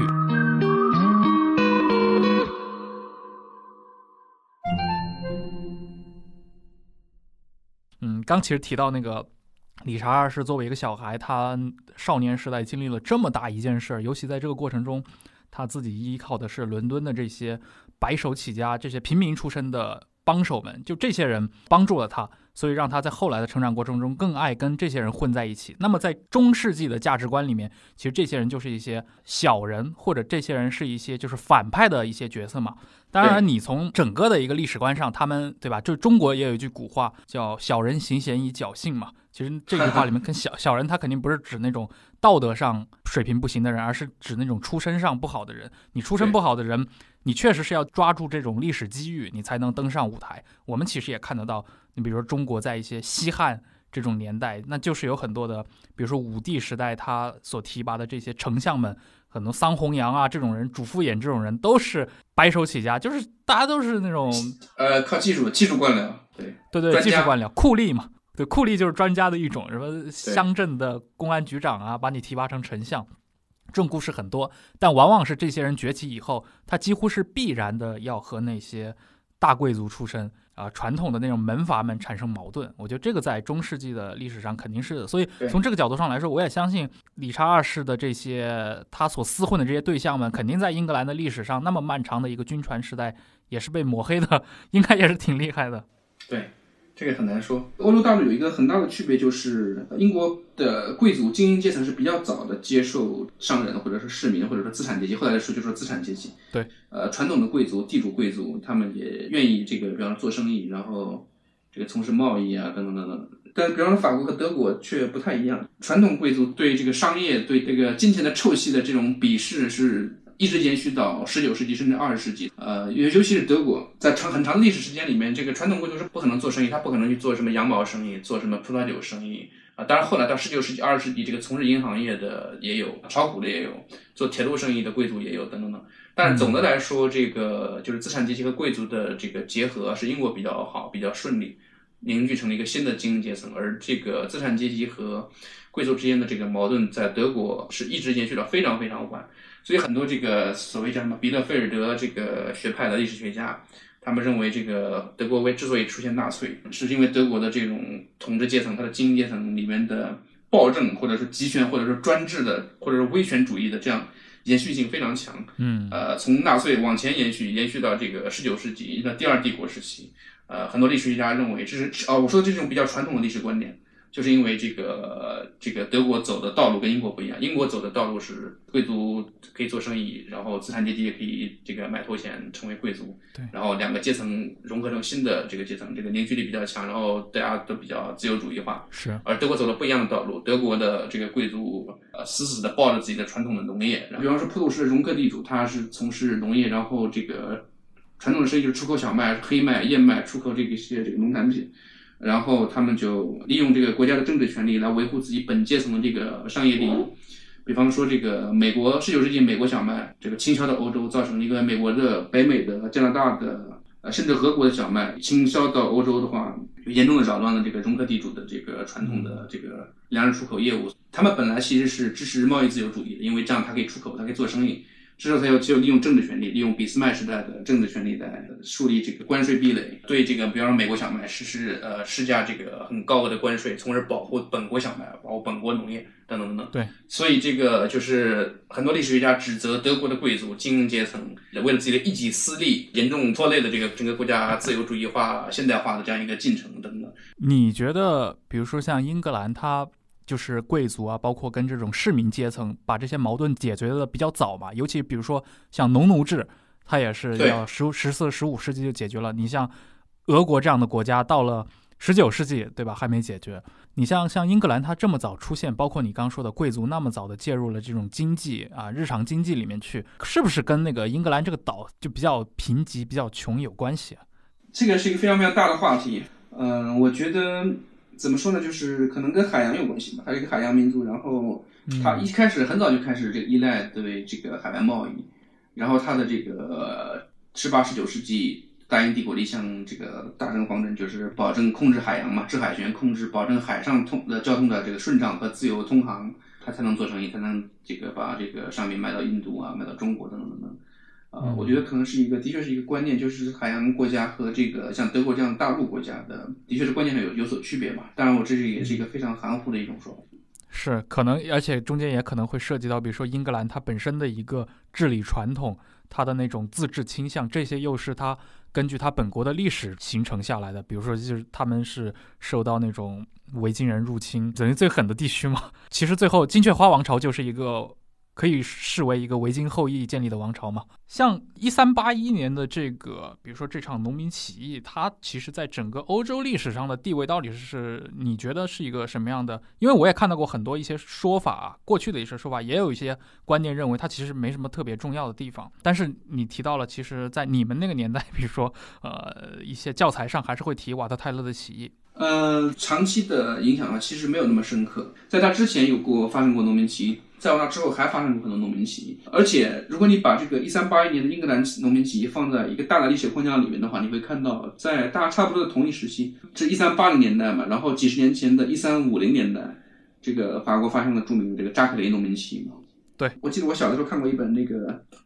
[SPEAKER 3] 嗯，刚其实提到那个理查二世作为一个小孩，他少年时代经历了这么大一件事，尤其在这个过程中，他自己依靠的是伦敦的这些白手起家、这些平民出身的帮手们，就这些人帮助了他，所以让他在后来的成长过程中更爱跟这些人混在一起。那么在中世纪的价值观里面，其实这些人就是一些小人，或者这些人是一些就是反派的一些角色嘛。当然你从整个的一个历史观上，他们对吧，就中国也有一句古话叫小人行贤以侥幸嘛。其实这句话里面跟小小人他肯定不是指那种道德上水平不行的人，而是指那种出身上不好的人。你出身不好的人，你确实是要抓住这种历史机遇，你才能登上舞台。我们其实也看得到，你比如说中国在一些西汉这种年代，那就是有很多的，比如说武帝时代他所提拔的这些丞相们，很多桑弘羊啊这种人，主父偃这种人，都是白手起家，就是大家都是那种
[SPEAKER 2] 呃靠技术技术官僚，对
[SPEAKER 3] 对对，技术官僚，酷吏嘛。对，酷吏就是专家的一种，什么乡镇的公安局长啊，把你提拔成丞相，这种故事很多。但往往是这些人崛起以后，他几乎是必然的要和那些大贵族出身啊、呃、传统的那种门阀们产生矛盾。我觉得这个在中世纪的历史上肯定是的，所以从这个角度上来说，我也相信理查二世的这些他所厮混的这些对象们，肯定在英格兰的历史上那么漫长的一个军船时代也是被抹黑的，应该也是挺厉害的。
[SPEAKER 2] 对，这个很难说。欧洲大陆有一个很大的区别，就是英国的贵族精英阶层是比较早的接受商人或者是市民或者说资产阶级，后来来说就说资产阶级。
[SPEAKER 3] 对，
[SPEAKER 2] 呃，传统的贵族、地主贵族，他们也愿意这个，比方说做生意，然后这个从事贸易啊，等等等等。但比方说法国和德国却不太一样，传统贵族对这个商业、对这个金钱的臭气的这种鄙视是一直延续到十九世纪甚至二十世纪。呃，尤其是德国，在长很长的历史时间里面，这个传统贵族是不可能做生意，他不可能去做什么羊毛生意，做什么葡萄酒生意啊。当然后来到十九世纪、二十世纪，这个从事银行业的也有，炒股的也有，做铁路生意的贵族也有，等等等。但是总的来说，这个就是资产阶级和贵族的这个结合是英国比较好，比较顺利，凝聚成了一个新的精英阶层。而这个资产阶级和贵族之间的这个矛盾，在德国是一直延续到非常非常晚。所以很多这个所谓叫什么比勒菲尔德这个学派的历史学家，他们认为这个德国为之所以出现纳粹，是因为德国的这种统治阶层，它的精英阶层里面的暴政或者是集权或者是专制的或者是威权主义的这样延续性非常强。
[SPEAKER 3] 嗯，
[SPEAKER 2] 呃，从纳粹往前延续，延续到这个十九世纪的第二帝国时期。呃，很多历史学家认为这是哦，我说的这种比较传统的历史观点。就是因为这个这个德国走的道路跟英国不一样，英国走的道路是贵族可以做生意，然后资产阶级也可以这个买头钱成为贵族，
[SPEAKER 3] 对，
[SPEAKER 2] 然后两个阶层融合成新的这个阶层，这个凝聚力比较强，然后大家都比较自由主义化。
[SPEAKER 3] 是，
[SPEAKER 2] 而德国走了不一样的道路，德国的这个贵族呃死死的抱着自己的传统的农业，比方说普鲁士的容克地主，他是从事农业，然后这个传统的生意就是出口小麦、黑麦、燕麦，出口这个些这个农产品。然后他们就利用这个国家的政治权力来维护自己本阶层的这个商业利益，比方说这个美国十九世纪美国小麦这个倾销到欧洲，造成一个美国的、北美的、加拿大的呃甚至俄国的小麦倾销到欧洲的话，严重的扰乱了这个容克地主的这个传统的这个粮食出口业务。他们本来其实是支持贸易自由主义的，因为这样他可以出口，他可以做生意。之后他又就利用政治权力，利用俾斯麦时代的政治权力来树立这个关税壁垒，对这个比方说美国小麦实施呃施加这个很高额的关税，从而保护本国小麦，保护本国农业等等等等。
[SPEAKER 3] 对，
[SPEAKER 2] 所以这个就是很多历史学家指责德国的贵族精英阶层为了自己的一己私利，严重拖累了这个整个国家自由主义化、现代化的这样一个进程等等。
[SPEAKER 3] 你觉得，比如说像英格兰，它就是贵族啊，包括跟这种市民阶层把这些矛盾解决的比较早嘛，尤其比如说像农奴制，它也是要十十四、十五世纪就解决了。你像俄国这样的国家，到了十九世纪，对吧，还没解决。你像像英格兰，它这么早出现，包括你刚说的贵族那么早的介入了这种经济啊，日常经济里面去，是不是跟那个英格兰这个岛就比较贫瘠、比较穷有关系啊？
[SPEAKER 2] 这个是一个非常非常大的话题。嗯、呃，我觉得。怎么说呢？就是可能跟海洋有关系吧。它是一个海洋民族，然后它一开始很早就开始这个依赖对这个海外贸易，然后它的这个十八、十九世纪大英帝国的一项这个大政方针就是保证控制海洋嘛，制海权，控制保证海上通的交通的这个顺畅和自由通航，它才能做生意，才能这个把这个商品卖到印度啊，卖到中国等等等等。呃，我觉得可能是一个，的确是一个观念，就是海洋国家和这个像德国这样的大陆国家的，的确是观念上有有所区别吧。当然，我这是也是一个非常含糊的一种说法。
[SPEAKER 3] 是，可能，而且中间也可能会涉及到，比如说英格兰它本身的一个治理传统，它的那种自治倾向，这些又是它根据它本国的历史形成下来的。比如说，就是他们是受到那种维京人入侵，等于最狠的地区嘛。其实最后金雀花王朝就是一个。可以视为一个维京后裔建立的王朝嘛？像一三八一年的这个，比如说这场农民起义，它其实在整个欧洲历史上的地位到底是你觉得是一个什么样的？因为我也看到过很多一些说法，过去的一些说法，也有一些观念认为它其实没什么特别重要的地方。但是你提到了，其实，在你们那个年代，比如说呃一些教材上还是会提瓦特泰勒的起义。
[SPEAKER 2] 呃，长期的影响啊，其实没有那么深刻。在它之前有过发生过农民起义，在那之后还发生过很多农民起义。而且，如果你把这个一三八一年的英格兰农民起义放在一个大的历史框架里面的话，你会看到，在大家差不多的同一时期，是一三八零年代嘛，然后几十年前的一三五零年代，这个法国发生了著名的这个扎克雷农民起义嘛。
[SPEAKER 3] 对，
[SPEAKER 2] 我记得我小的时候看过一本那个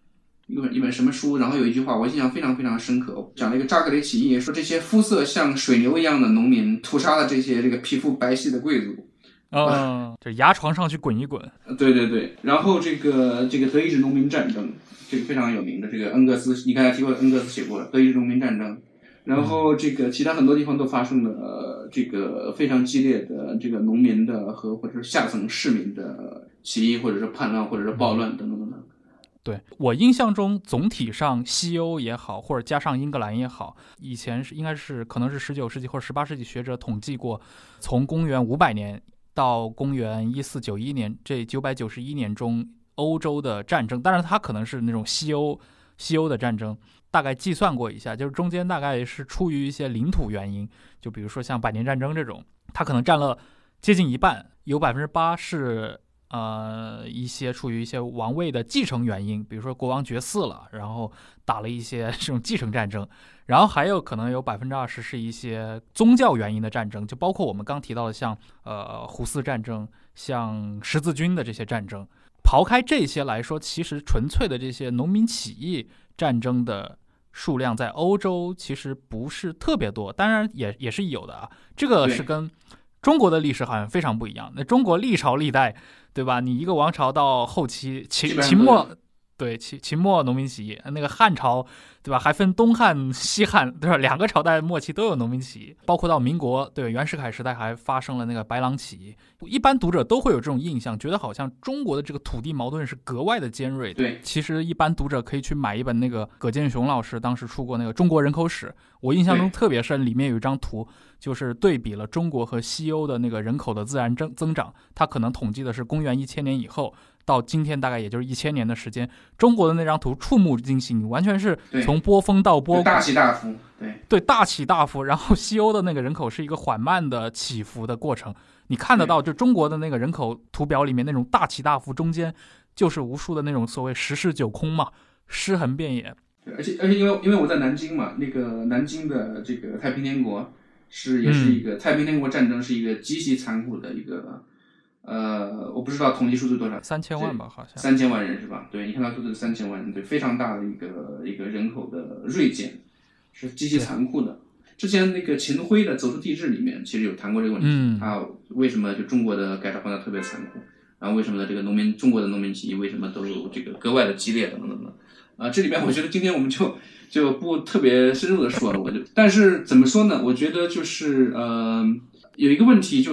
[SPEAKER 2] 一本一本什么书，然后有一句话我印象非常非常深刻，讲了一个扎格雷起义，说这些肤色像水牛一样的农民屠杀了这些这个皮肤白皙的贵族。
[SPEAKER 3] 嗯，就牙床上去滚一滚。
[SPEAKER 2] 对对对，然后这个这个德意志农民战争，这个非常有名的，这个恩格斯，你刚才提过的恩格斯写过了德意志农民战争。然后这个其他很多地方都发生了、呃、这个非常激烈的这个农民的和或者是下层市民的起义，或者是叛乱，或者是暴乱等等等等。
[SPEAKER 3] 对，我印象中总体上西欧也好，或者加上英格兰也好，以前是应该是可能是十九世纪或者十八世纪学者统计过，从公元五百年到公元一四九一年这九百九十一年中欧洲的战争，当然它可能是那种西欧西欧的战争，大概计算过一下，就是中间大概是出于一些领土原因，就比如说像百年战争这种，它可能占了接近一半，有百分之八是呃一些出于一些王位的继承原因，比如说国王绝嗣了，然后打了一些这种继承战争，然后还有可能有百分之二十是一些宗教原因的战争，就包括我们刚提到的像呃胡斯战争、像十字军的这些战争。刨开这些来说，其实纯粹的这些农民起义战争的数量在欧洲其实不是特别多，当然也也是有的啊。这个是跟中国的历史好像非常不一样。那中国历朝历代，对吧？你一个王朝到后期秦秦末，对秦秦末农民起义，那个汉朝，对吧？还分东汉、西汉，对吧？两个朝代末期都有农民起义，包括到民国，对袁世凯时代还发生了那个白狼起义。一般读者都会有这种印象，觉得好像中国的这个土地矛盾是格外的尖锐的。
[SPEAKER 2] 对，
[SPEAKER 3] 其实一般读者可以去买一本那个葛剑雄老师当时出过那个《中国人口史》，我印象中特别深，里面有一张图，就是对比了中国和西欧的那个人口的自然增增长，它可能统计的是公元一千年以后。到今天大概也就是一千年的时间，中国的那张图触目惊心，完全是从波峰到波谷，
[SPEAKER 2] 大起大伏，对
[SPEAKER 3] 对，大起大伏。然后西欧的那个人口是一个缓慢的起伏的过程，你看得到，就中国的那个人口图表里面那种大起大伏，中间就是无数的那种所谓十室九空嘛，尸横遍野。
[SPEAKER 2] 对，而且而且因为因为我在南京嘛，那个南京的这个太平天国是也是一个、嗯、太平天国战争是一个极其残酷的一个。呃，我不知道统计数字多少，
[SPEAKER 3] 三千万吧，好像
[SPEAKER 2] 三千万人是吧？对，你看到数字是三千万人，对，非常大的一个一个人口的锐减，是极其残酷的。之前那个秦晖的《走出地质》里面其实有谈过这个问题，
[SPEAKER 3] 嗯，
[SPEAKER 2] 他为什么就中国的改朝换代特别残酷，然后为什么这个农民中国的农民起义为什么都有这个格外的激烈等等等等。啊，这里边我觉得今天我们就就不特别深入的说了，我就，但是怎么说呢？我觉得就是呃。有一个问题就是，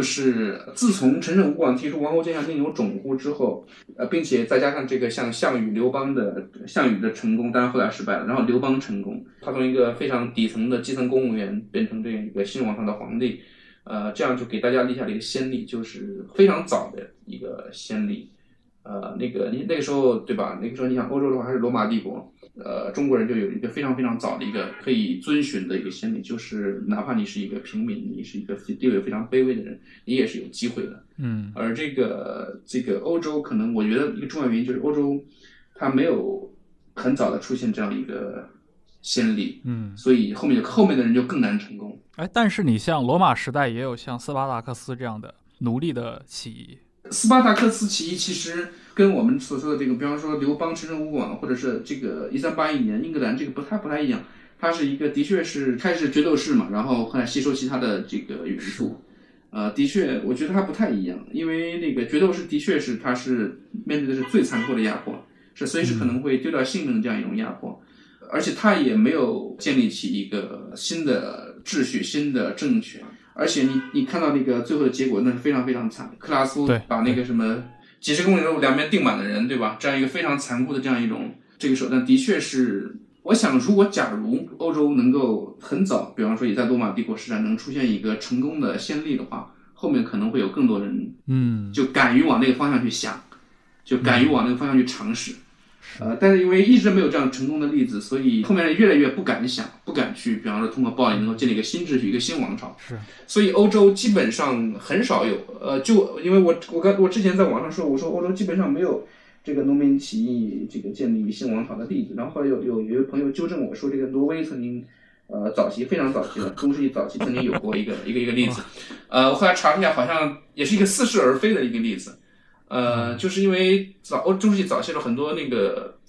[SPEAKER 2] 自从陈胜吴广提出王侯将相宁有种乎之后，呃，并且再加上这个像项羽、刘邦的项羽的成功，当然后来失败了，然后刘邦成功，他从一个非常底层的基层公务员变成这样一个新王朝的皇帝，呃，这样就给大家立下了一个先例，就是非常早的一个先例。呃，那个你那个时候对吧？那个时候你想欧洲的话还是罗马帝国。呃，中国人就有一个非常非常早的一个可以遵循的一个先例，就是哪怕你是一个平民，你是一个地位非常卑微的人，你也是有机会的。
[SPEAKER 3] 嗯，
[SPEAKER 2] 而这个这个欧洲，可能我觉得一个重要原因就是欧洲它没有很早的出现这样一个先例，
[SPEAKER 3] 嗯，
[SPEAKER 2] 所以后面后面的人就更难成功。
[SPEAKER 3] 哎，但是你像罗马时代也有像斯巴达克斯这样的奴隶的起义。
[SPEAKER 2] 斯巴达克斯起义其实跟我们所说的这个，比方说刘邦、陈胜吴广，或者是这个一三八一年英格兰这个不太不太一样。它是一个的确是开始决斗士嘛，然后后来吸收其他的这个元素。呃，的确，我觉得它不太一样，因为那个决斗士的确是它是面对的是最残酷的压迫，是随时可能会丢掉性命的这样一种压迫，而且它也没有建立起一个新的秩序、新的政权。而且你你看到那个最后的结果，那是非常非常惨。克拉苏把那个什么几十公里路两边钉满的人，对吧？这样一个非常残酷的这样一种这个手段，的确是，我想如果假如欧洲能够很早，比方说也在罗马帝国时代能出现一个成功的先例的话，后面可能会有更多人，
[SPEAKER 3] 嗯，就
[SPEAKER 2] 敢于往那个方向去想，就敢于往那个方向去尝试。呃，但是因为一直没有这样成功的例子，所以后面人越来越不敢想，不敢去，比方说通过暴力能够建立一个新秩序、一个新王朝。
[SPEAKER 3] 是，
[SPEAKER 2] 所以欧洲基本上很少有，呃，就因为我我刚我之前在网上说，我说欧洲基本上没有这个农民起义这个建立新王朝的例子。然后后来有有有一位朋友纠正我说，这个挪威曾经，呃，早期非常早期的中世纪早期曾经有过一个一个一个例子，呃，我后来查了一下，好像也是一个似是而非的一个例子。呃，就是因为早中世纪早期的很多那个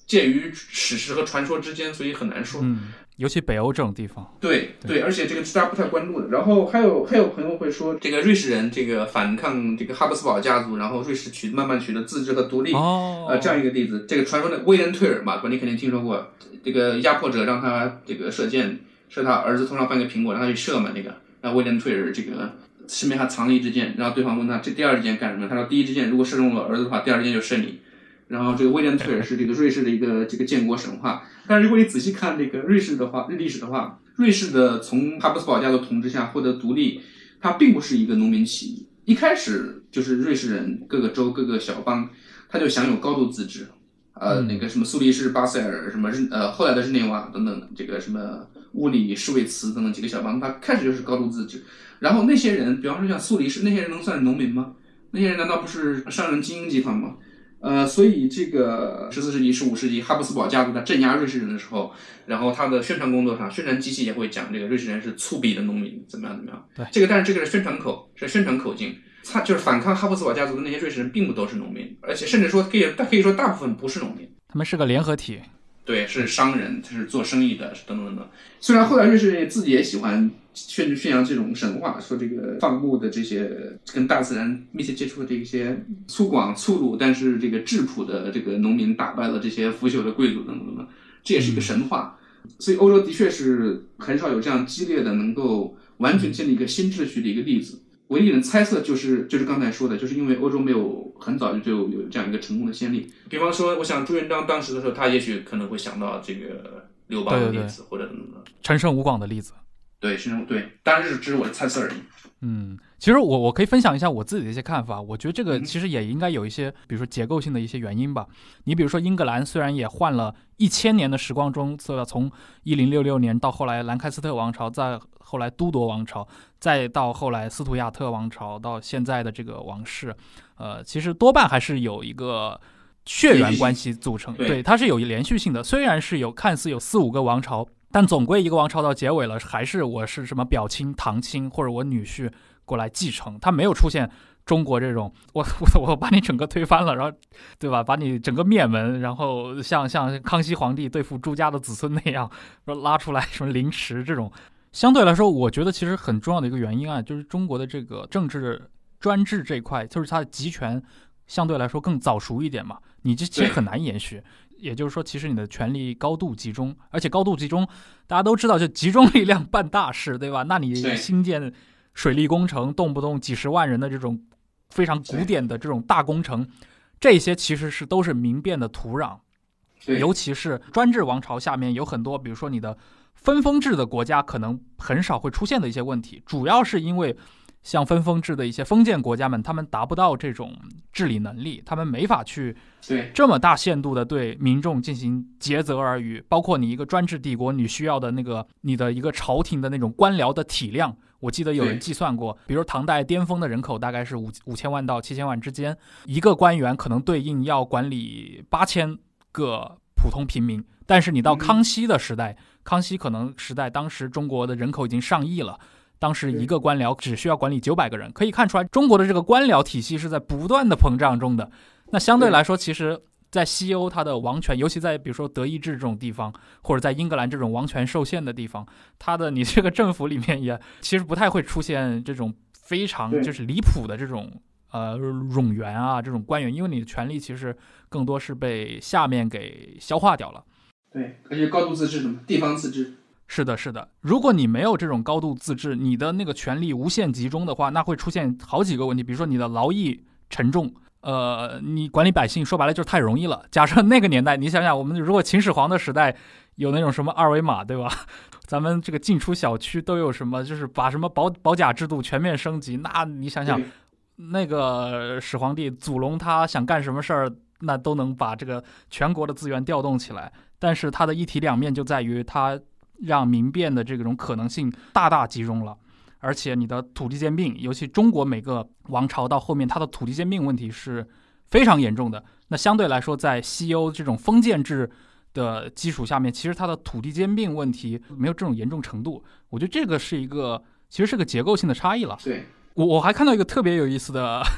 [SPEAKER 2] 介于史实和传说之间，所以很难说。
[SPEAKER 3] 嗯，尤其北欧这种地方。
[SPEAKER 2] 对 对, 对，而且这个大家不太关注的。然后还有还有朋友会说，这个瑞士人这个反抗这个哈布斯堡家族，然后瑞士取慢慢取得自治和独立，
[SPEAKER 3] 哦，
[SPEAKER 2] 呃，这样一个例子。这个传说的威廉退尔嘛，你肯定听说过。这个压迫者让他这个射箭，射他儿子头上放个苹果，让他去射嘛，那个。那威廉退尔这个身边还藏了一支箭，然后对方问他这第二支箭干什么？他说第一支箭如果射中了儿子的话，第二支箭就射你。然后这个威廉退尔是这个瑞士的一个这个建国神话。但是如果你仔细看这个瑞士的话，历史的话，瑞士的从哈布斯堡家族统治下获得独立，它并不是一个农民起义。一开始就是瑞士人各个州各个小邦，他就享有高度自治。呃，那个什么苏黎世、巴塞尔，什么日呃后来的日内瓦等等，这个什么乌里、施韦茨等等几个小邦，他开始就是高度自治。然后那些人，比方说像苏黎世，那些人能算是农民吗？那些人难道不是商人精英集团吗？呃，所以这个十四世纪、十五世纪，哈布斯堡家族在镇压瑞士人的时候，然后他的宣传工作上，宣传机器也会讲这个瑞士人是粗鄙的农民，怎么样怎么样。
[SPEAKER 3] 对，
[SPEAKER 2] 这个但是这个是宣传口，是宣传口径。他就是反抗哈布斯堡家族的那些瑞士人，并不都是农民，而且甚至说可以，可以说大部分不是农民，
[SPEAKER 3] 他们是个联合体。
[SPEAKER 2] 对，是商人，是做生意的，等等等等。虽然后来瑞士人自己也喜欢宣宣扬这种神话，说这个放牧的这些跟大自然密切接触的这些粗犷粗鲁，但是这个质朴的这个农民打败了这些腐朽的贵族等等等等，这也是一个神话。所以欧洲的确是很少有这样激烈的能够完全建立一个新秩序的一个例子。唯一人猜测就是就是刚才说的，就是因为欧洲没有很早就有这样一个成功的先例。比方说，我想朱元璋当时的时候，他也许可能会想到这个刘邦的例子，对对对，或者等等
[SPEAKER 3] 陈胜吴广的例子。
[SPEAKER 2] 对，陈胜对，当然这只是我的猜测而已。
[SPEAKER 3] 嗯，其实我我可以分享一下我自己的一些看法。我觉得这个其实也应该有一些，比如说结构性的一些原因吧。你比如说英格兰虽然也换了一千年的时光中，从一零六六年到后来兰开斯特王朝，再后来都铎王朝，再到后来斯图亚特王朝，到现在的这个王室，呃，其实多半还是有一个血缘关系组成，对，它是有连续性的。虽然是有看似有四五个王朝，但总归一个王朝到结尾了，还是我是什么表亲、堂亲或者我女婿过来继承，它没有出现中国这种我我我把你整个推翻了，然后对吧，把你整个灭门，然后像像康熙皇帝对付朱家的子孙那样，拉出来什么凌迟这种。相对来说，我觉得其实很重要的一个原因啊，就是中国的这个政治专制这一块，就是它的集权相对来说更早熟一点嘛，你这其实很难延续。也就是说，其实你的权力高度集中，而且高度集中，大家都知道，就集中力量办大事，对吧？那你新建水利工程，动不动几十万人的这种非常古典的这种大工程，这些其实是都是民变的土壤。尤其是专制王朝下面有很多，比如说你的分封制的国家，可能很少会出现的一些问题，主要是因为像分封制的一些封建国家们，他们达不到这种治理能力，他们没法去这么大限度的对民众进行竭泽而渔。包括你一个专制帝国，你需要的那个你的一个朝廷的那种官僚的体量，我记得有人计算过，比如唐代巅峰的人口大概是五五千万到七千万之间，一个官员可能对应要管理八千个普通平民。但是你到康熙的时代，康熙可能时代，当时中国的人口已经上亿了。当时一个官僚只需要管理九百个人，可以看出来中国的这个官僚体系是在不断的膨胀中的。那相对来说，其实在西欧它的王权，尤其在比如说德意志这种地方，或者在英格兰这种王权受限的地方，它的你这个政府里面也其实不太会出现这种非常就是离谱的这种呃冗员啊这种官员，因为你的权力其实更多是被下面给消化掉了。
[SPEAKER 2] 对，而且高度自治什么地方自治。
[SPEAKER 3] 是的，是的。如果你没有这种高度自治，你的那个权力无限集中的话，那会出现好几个问题。比如说你的劳役沉重，呃，你管理百姓说白了就是太容易了。假设那个年代，你想想，我们如果秦始皇的时代有那种什么二维码，对吧？咱们这个进出小区都有什么，就是把什么保保甲制度全面升级。那你想想，那个始皇帝祖龙他想干什么事儿，那都能把这个全国的资源调动起来。但是他的一体两面就在于他让民变的这种可能性大大集中了，而且你的土地兼并，尤其中国每个王朝到后面，它的土地兼并问题是非常严重的。那相对来说，在西欧这种封建制的基础下面，其实它的土地兼并问题没有这种严重程度。我觉得这个是一个，其实是个结构性的差异了。
[SPEAKER 2] 对，
[SPEAKER 3] 我我还看到一个特别有意思的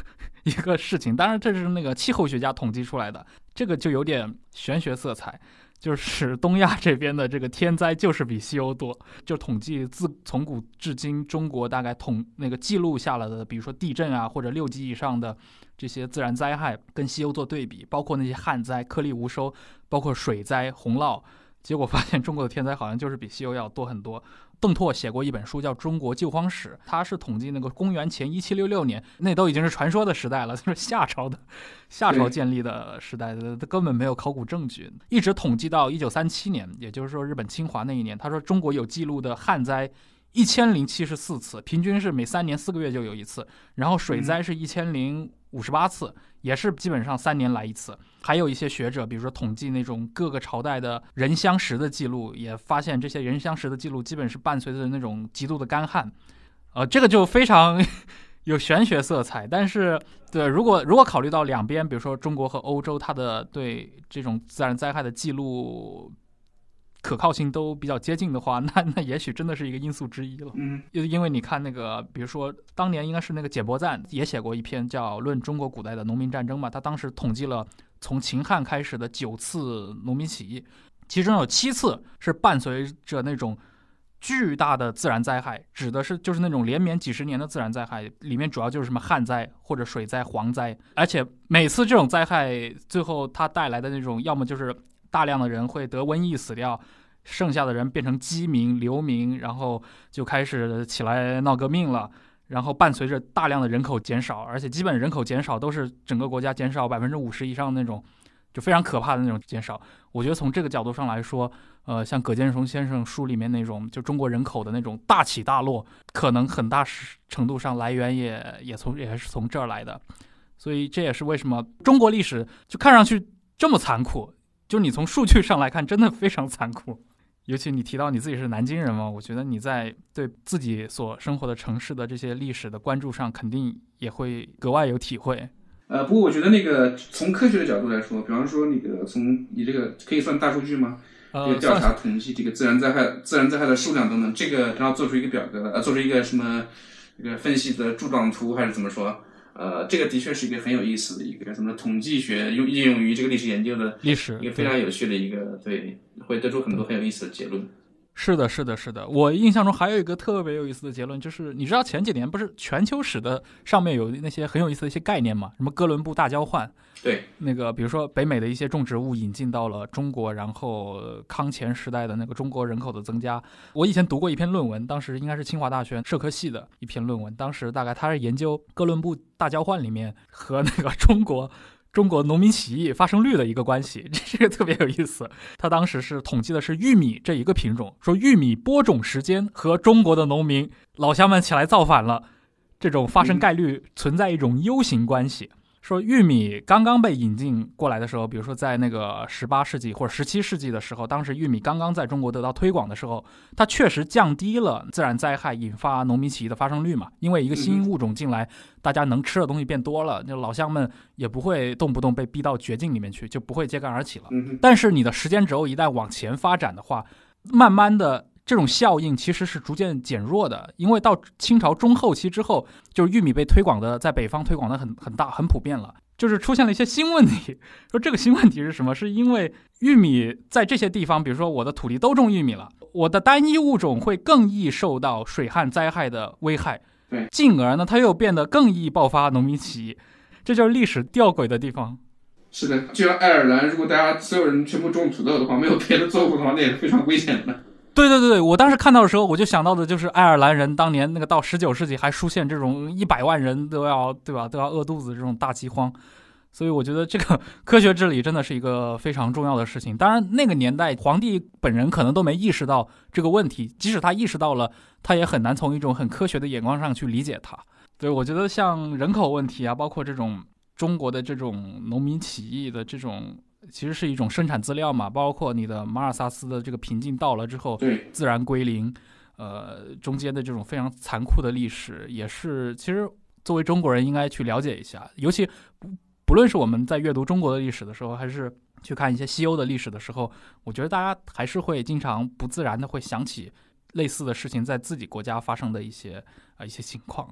[SPEAKER 3] 一个事情。当然这是那个气候学家统计出来的，这个就有点玄学色彩，就是东亚这边的这个天灾就是比西欧多。就统计自从古至今中国大概统那个记录下来的，比如说地震啊或者六级以上的这些自然灾害，跟西欧做对比，包括那些旱灾颗粒无收，包括水灾洪涝，结果发现中国的天灾好像就是比西欧要多很多。邓拓写过一本书叫《中国救荒史》，他是统计那个公元前一七六六年，那都已经是传说的时代了，就是夏朝的夏朝建立的时代的，根本没有考古证据，一直统计到一九三七年，也就是说日本侵华那一年。他说中国有记录的旱灾一千零七十四次，平均是每三年四个月就有一次，然后水灾是一千零五十八次，也是基本上三年来一次。还有一些学者比如说统计那种各个朝代的人相食的记录，也发现这些人相食的记录基本是伴随着那种极度的干旱，呃，这个就非常有玄学色彩。但是对，如果如果考虑到两边比如说中国和欧洲它的对这种自然灾害的记录可靠性都比较接近的话，那那也许真的是一个因素之一了。
[SPEAKER 2] 嗯，
[SPEAKER 3] 因为你看那个，比如说当年应该是那个简伯赞也写过一篇叫《论中国古代的农民战争》嘛，他当时统计了从秦汉开始的九次农民起义，其中有七次是伴随着那种巨大的自然灾害，指的是就是那种连绵几十年的自然灾害，里面主要就是什么旱灾或者水灾、蝗灾，而且每次这种灾害最后它带来的那种，要么就是大量的人会得瘟疫死掉，剩下的人变成饥民、流民，然后就开始起来闹革命了。然后伴随着大量的人口减少，而且基本人口减少都是整个国家减少百分之五十以上的那种，就非常可怕的那种减少。我觉得从这个角度上来说，呃，像葛剑荣先生书里面那种就中国人口的那种大起大落，可能很大程度上来源也也从也是从这儿来的。所以这也是为什么中国历史就看上去这么残酷，就你从数据上来看真的非常残酷。尤其你提到你自己是南京人嘛，我觉得你在对自己所生活的城市的这些历史的关注上，肯定也会格外有体会。
[SPEAKER 2] 呃，不过我觉得那个从科学的角度来说，比方说那个从你这个可以算大数据吗？
[SPEAKER 3] 呃，
[SPEAKER 2] 这个调查统计这个自然灾害、自然灾害的数量等等，这个然后做出一个表格，呃，做出一个什么这个分析的柱状图还是怎么说？呃，这个的确是一个很有意思的一个什么统计学用应用于这个历史研究的
[SPEAKER 3] 历史
[SPEAKER 2] 一个非常有趣的一个对，会得出很多很有意思的结论。
[SPEAKER 3] 是的，是的，是的。我印象中还有一个特别有意思的结论，就是你知道前几年不是全球史的上面有那些很有意思的一些概念嘛？什么哥伦布大交换，
[SPEAKER 2] 对，
[SPEAKER 3] 那个比如说北美的一些种植物引进到了中国，然后康乾时代的那个中国人口的增加。我以前读过一篇论文，当时应该是清华大学社科系的一篇论文，当时大概他是研究哥伦布大交换里面和那个中国中国农民起义发生率的一个关系，这个特别有意思。他当时是统计的是玉米这一个品种，说玉米播种时间和中国的农民老乡们起来造反了，这种发生概率存在一种 U 型关系。说玉米刚刚被引进过来的时候，比如说在那个十八世纪或者十七世纪的时候，当时玉米刚刚在中国得到推广的时候，它确实降低了自然灾害引发农民起义的发生率嘛，因为一个新物种进来，大家能吃的东西变多了，就老乡们也不会动不动被逼到绝境里面去，就不会揭竿而起了。但是你的时间轴一旦往前发展的话，慢慢的这种效应其实是逐渐减弱的，因为到清朝中后期之后，就是玉米被推广的在北方推广的很很大很普遍了，就是出现了一些新问题。说这个新问题是什么？是因为玉米在这些地方，比如说我的土地都种玉米了，我的单一物种会更易受到水旱灾害的危害，
[SPEAKER 2] 对，
[SPEAKER 3] 进而呢它又变得更易爆发农民起义，这就是历史吊诡的地方。
[SPEAKER 2] 是的，就像爱尔兰，如果大家所有人全部种土豆的话，没有别的作物的话，那也是非常危险的。
[SPEAKER 3] 对对对，我当时看到的时候，我就想到的就是爱尔兰人当年那个到十九世纪还出现这种一百万人都要对吧都要饿肚子这种大饥荒，所以我觉得这个科学治理真的是一个非常重要的事情。当然那个年代皇帝本人可能都没意识到这个问题，即使他意识到了，他也很难从一种很科学的眼光上去理解它。对，我觉得像人口问题啊，包括这种中国的这种农民起义的这种，其实是一种生产资料嘛，包括你的马尔萨斯的这个瓶颈到了之后，
[SPEAKER 2] 对，
[SPEAKER 3] 自然归零，呃，中间的这种非常残酷的历史，也是其实作为中国人应该去了解一下。尤其不不论是我们在阅读中国的历史的时候，还是去看一些西欧的历史的时候，我觉得大家还是会经常不自然的会想起类似的事情在自己国家发生的一些啊、呃、一些情况。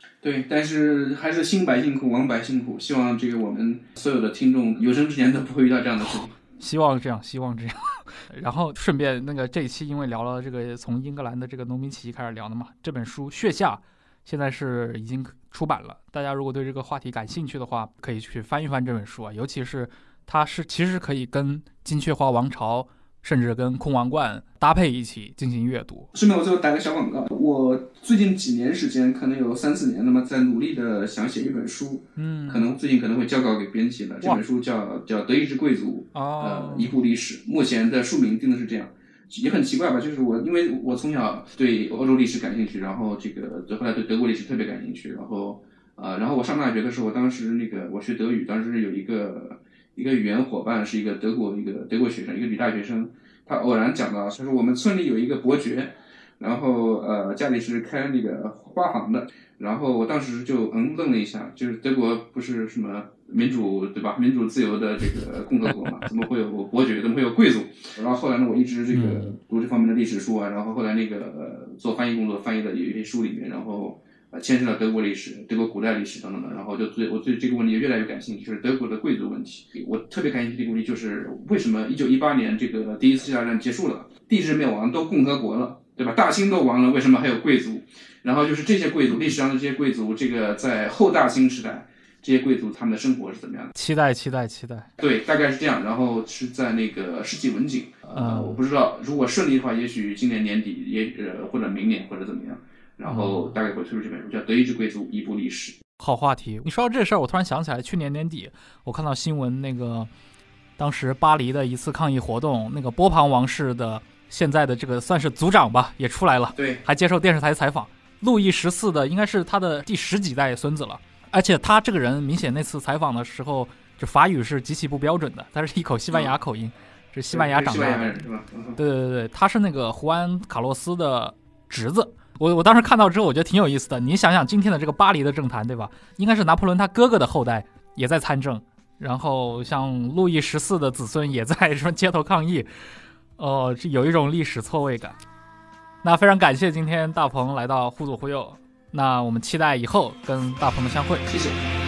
[SPEAKER 2] 对，但是还是兴百姓苦，亡百姓苦。希望这个我们所有的听众有生之年都不会遇到这样的事情。
[SPEAKER 3] 希望这样，希望这样。然后顺便那个这一期因为聊了这个从英格兰的这个农民起义开始聊的嘛，这本书《血下》现在是已经出版了，大家如果对这个话题感兴趣的话，可以去翻一翻这本书啊，尤其是它是其实可以跟金雀花王朝甚至跟空王冠搭配一起进行阅读。
[SPEAKER 2] 顺便我最后打个小广告，我最近几年时间，可能有三四年，那么在努力的想写一本书，嗯，可能最近可能会交稿给编辑了。这本书叫叫《德意志贵族》，哦，呃，一部历史。目前的书名定的是这样，也很奇怪吧？就是我因为我从小对欧洲历史感兴趣，然后这个后来对德国历史特别感兴趣，然后呃，然后我上大学的时候，当时那个我学德语，当时有一个一个语言伙伴是一个德国一个德国学生，一个女大学生。他偶然讲到，他说我们村里有一个伯爵，然后呃家里是开那个花行的，然后我当时就嗯愣了一下，就是德国不是什么民主对吧？民主自由的这个共和国嘛，怎么会有伯爵？怎么会有贵族？然后后来呢，我一直这个读这方面的历史书啊，然后后来那个呃做翻译工作，翻译的有一些书里面，然后。牵涉到德国历史、德国古代历史等等的，然后就对我对这个问题越来越感兴趣，就是德国的贵族问题。我特别感兴趣这个问题，就是为什么一九一八年这个第一次世界大战结束了，帝制灭亡，都共和国了，对吧？大清都亡了，为什么还有贵族？然后就是这些贵族，历史上的这些贵族，这个在后大清时代，这些贵族他们的生活是怎么样的？
[SPEAKER 3] 期待，期待，期待。
[SPEAKER 2] 对，大概是这样。然后是在那个世纪文景，呃，我不知道，如果顺利的话，也许今年年底也呃或者明年或者怎么样。然后大概会推出这本书，叫《德意志贵族一部历史》。
[SPEAKER 3] 好话题，你说到这事儿，我突然想起来，去年年底我看到新闻，那个当时巴黎的一次抗议活动，那个波旁王室的现在的这个算是族长吧，也出来了，
[SPEAKER 2] 对，
[SPEAKER 3] 还接受电视台采访。路易十四的应该是他的第十几代孙子了，而且他这个人明显那次采访的时候，就法语是极其不标准的，他是一口西班牙口音，是西班牙长大的，
[SPEAKER 2] 是吧？
[SPEAKER 3] 对对对，他是那个胡安卡洛斯的侄子。我我当时看到之后，我觉得挺有意思的。你想想今天的这个巴黎的政坛，对吧？应该是拿破仑他哥哥的后代也在参政，然后像路易十四的子孙也在什么街头抗议，哦、呃，这有一种历史错位感。那非常感谢今天大鹏来到忽左忽右，那我们期待以后跟大鹏的相会，
[SPEAKER 2] 谢谢。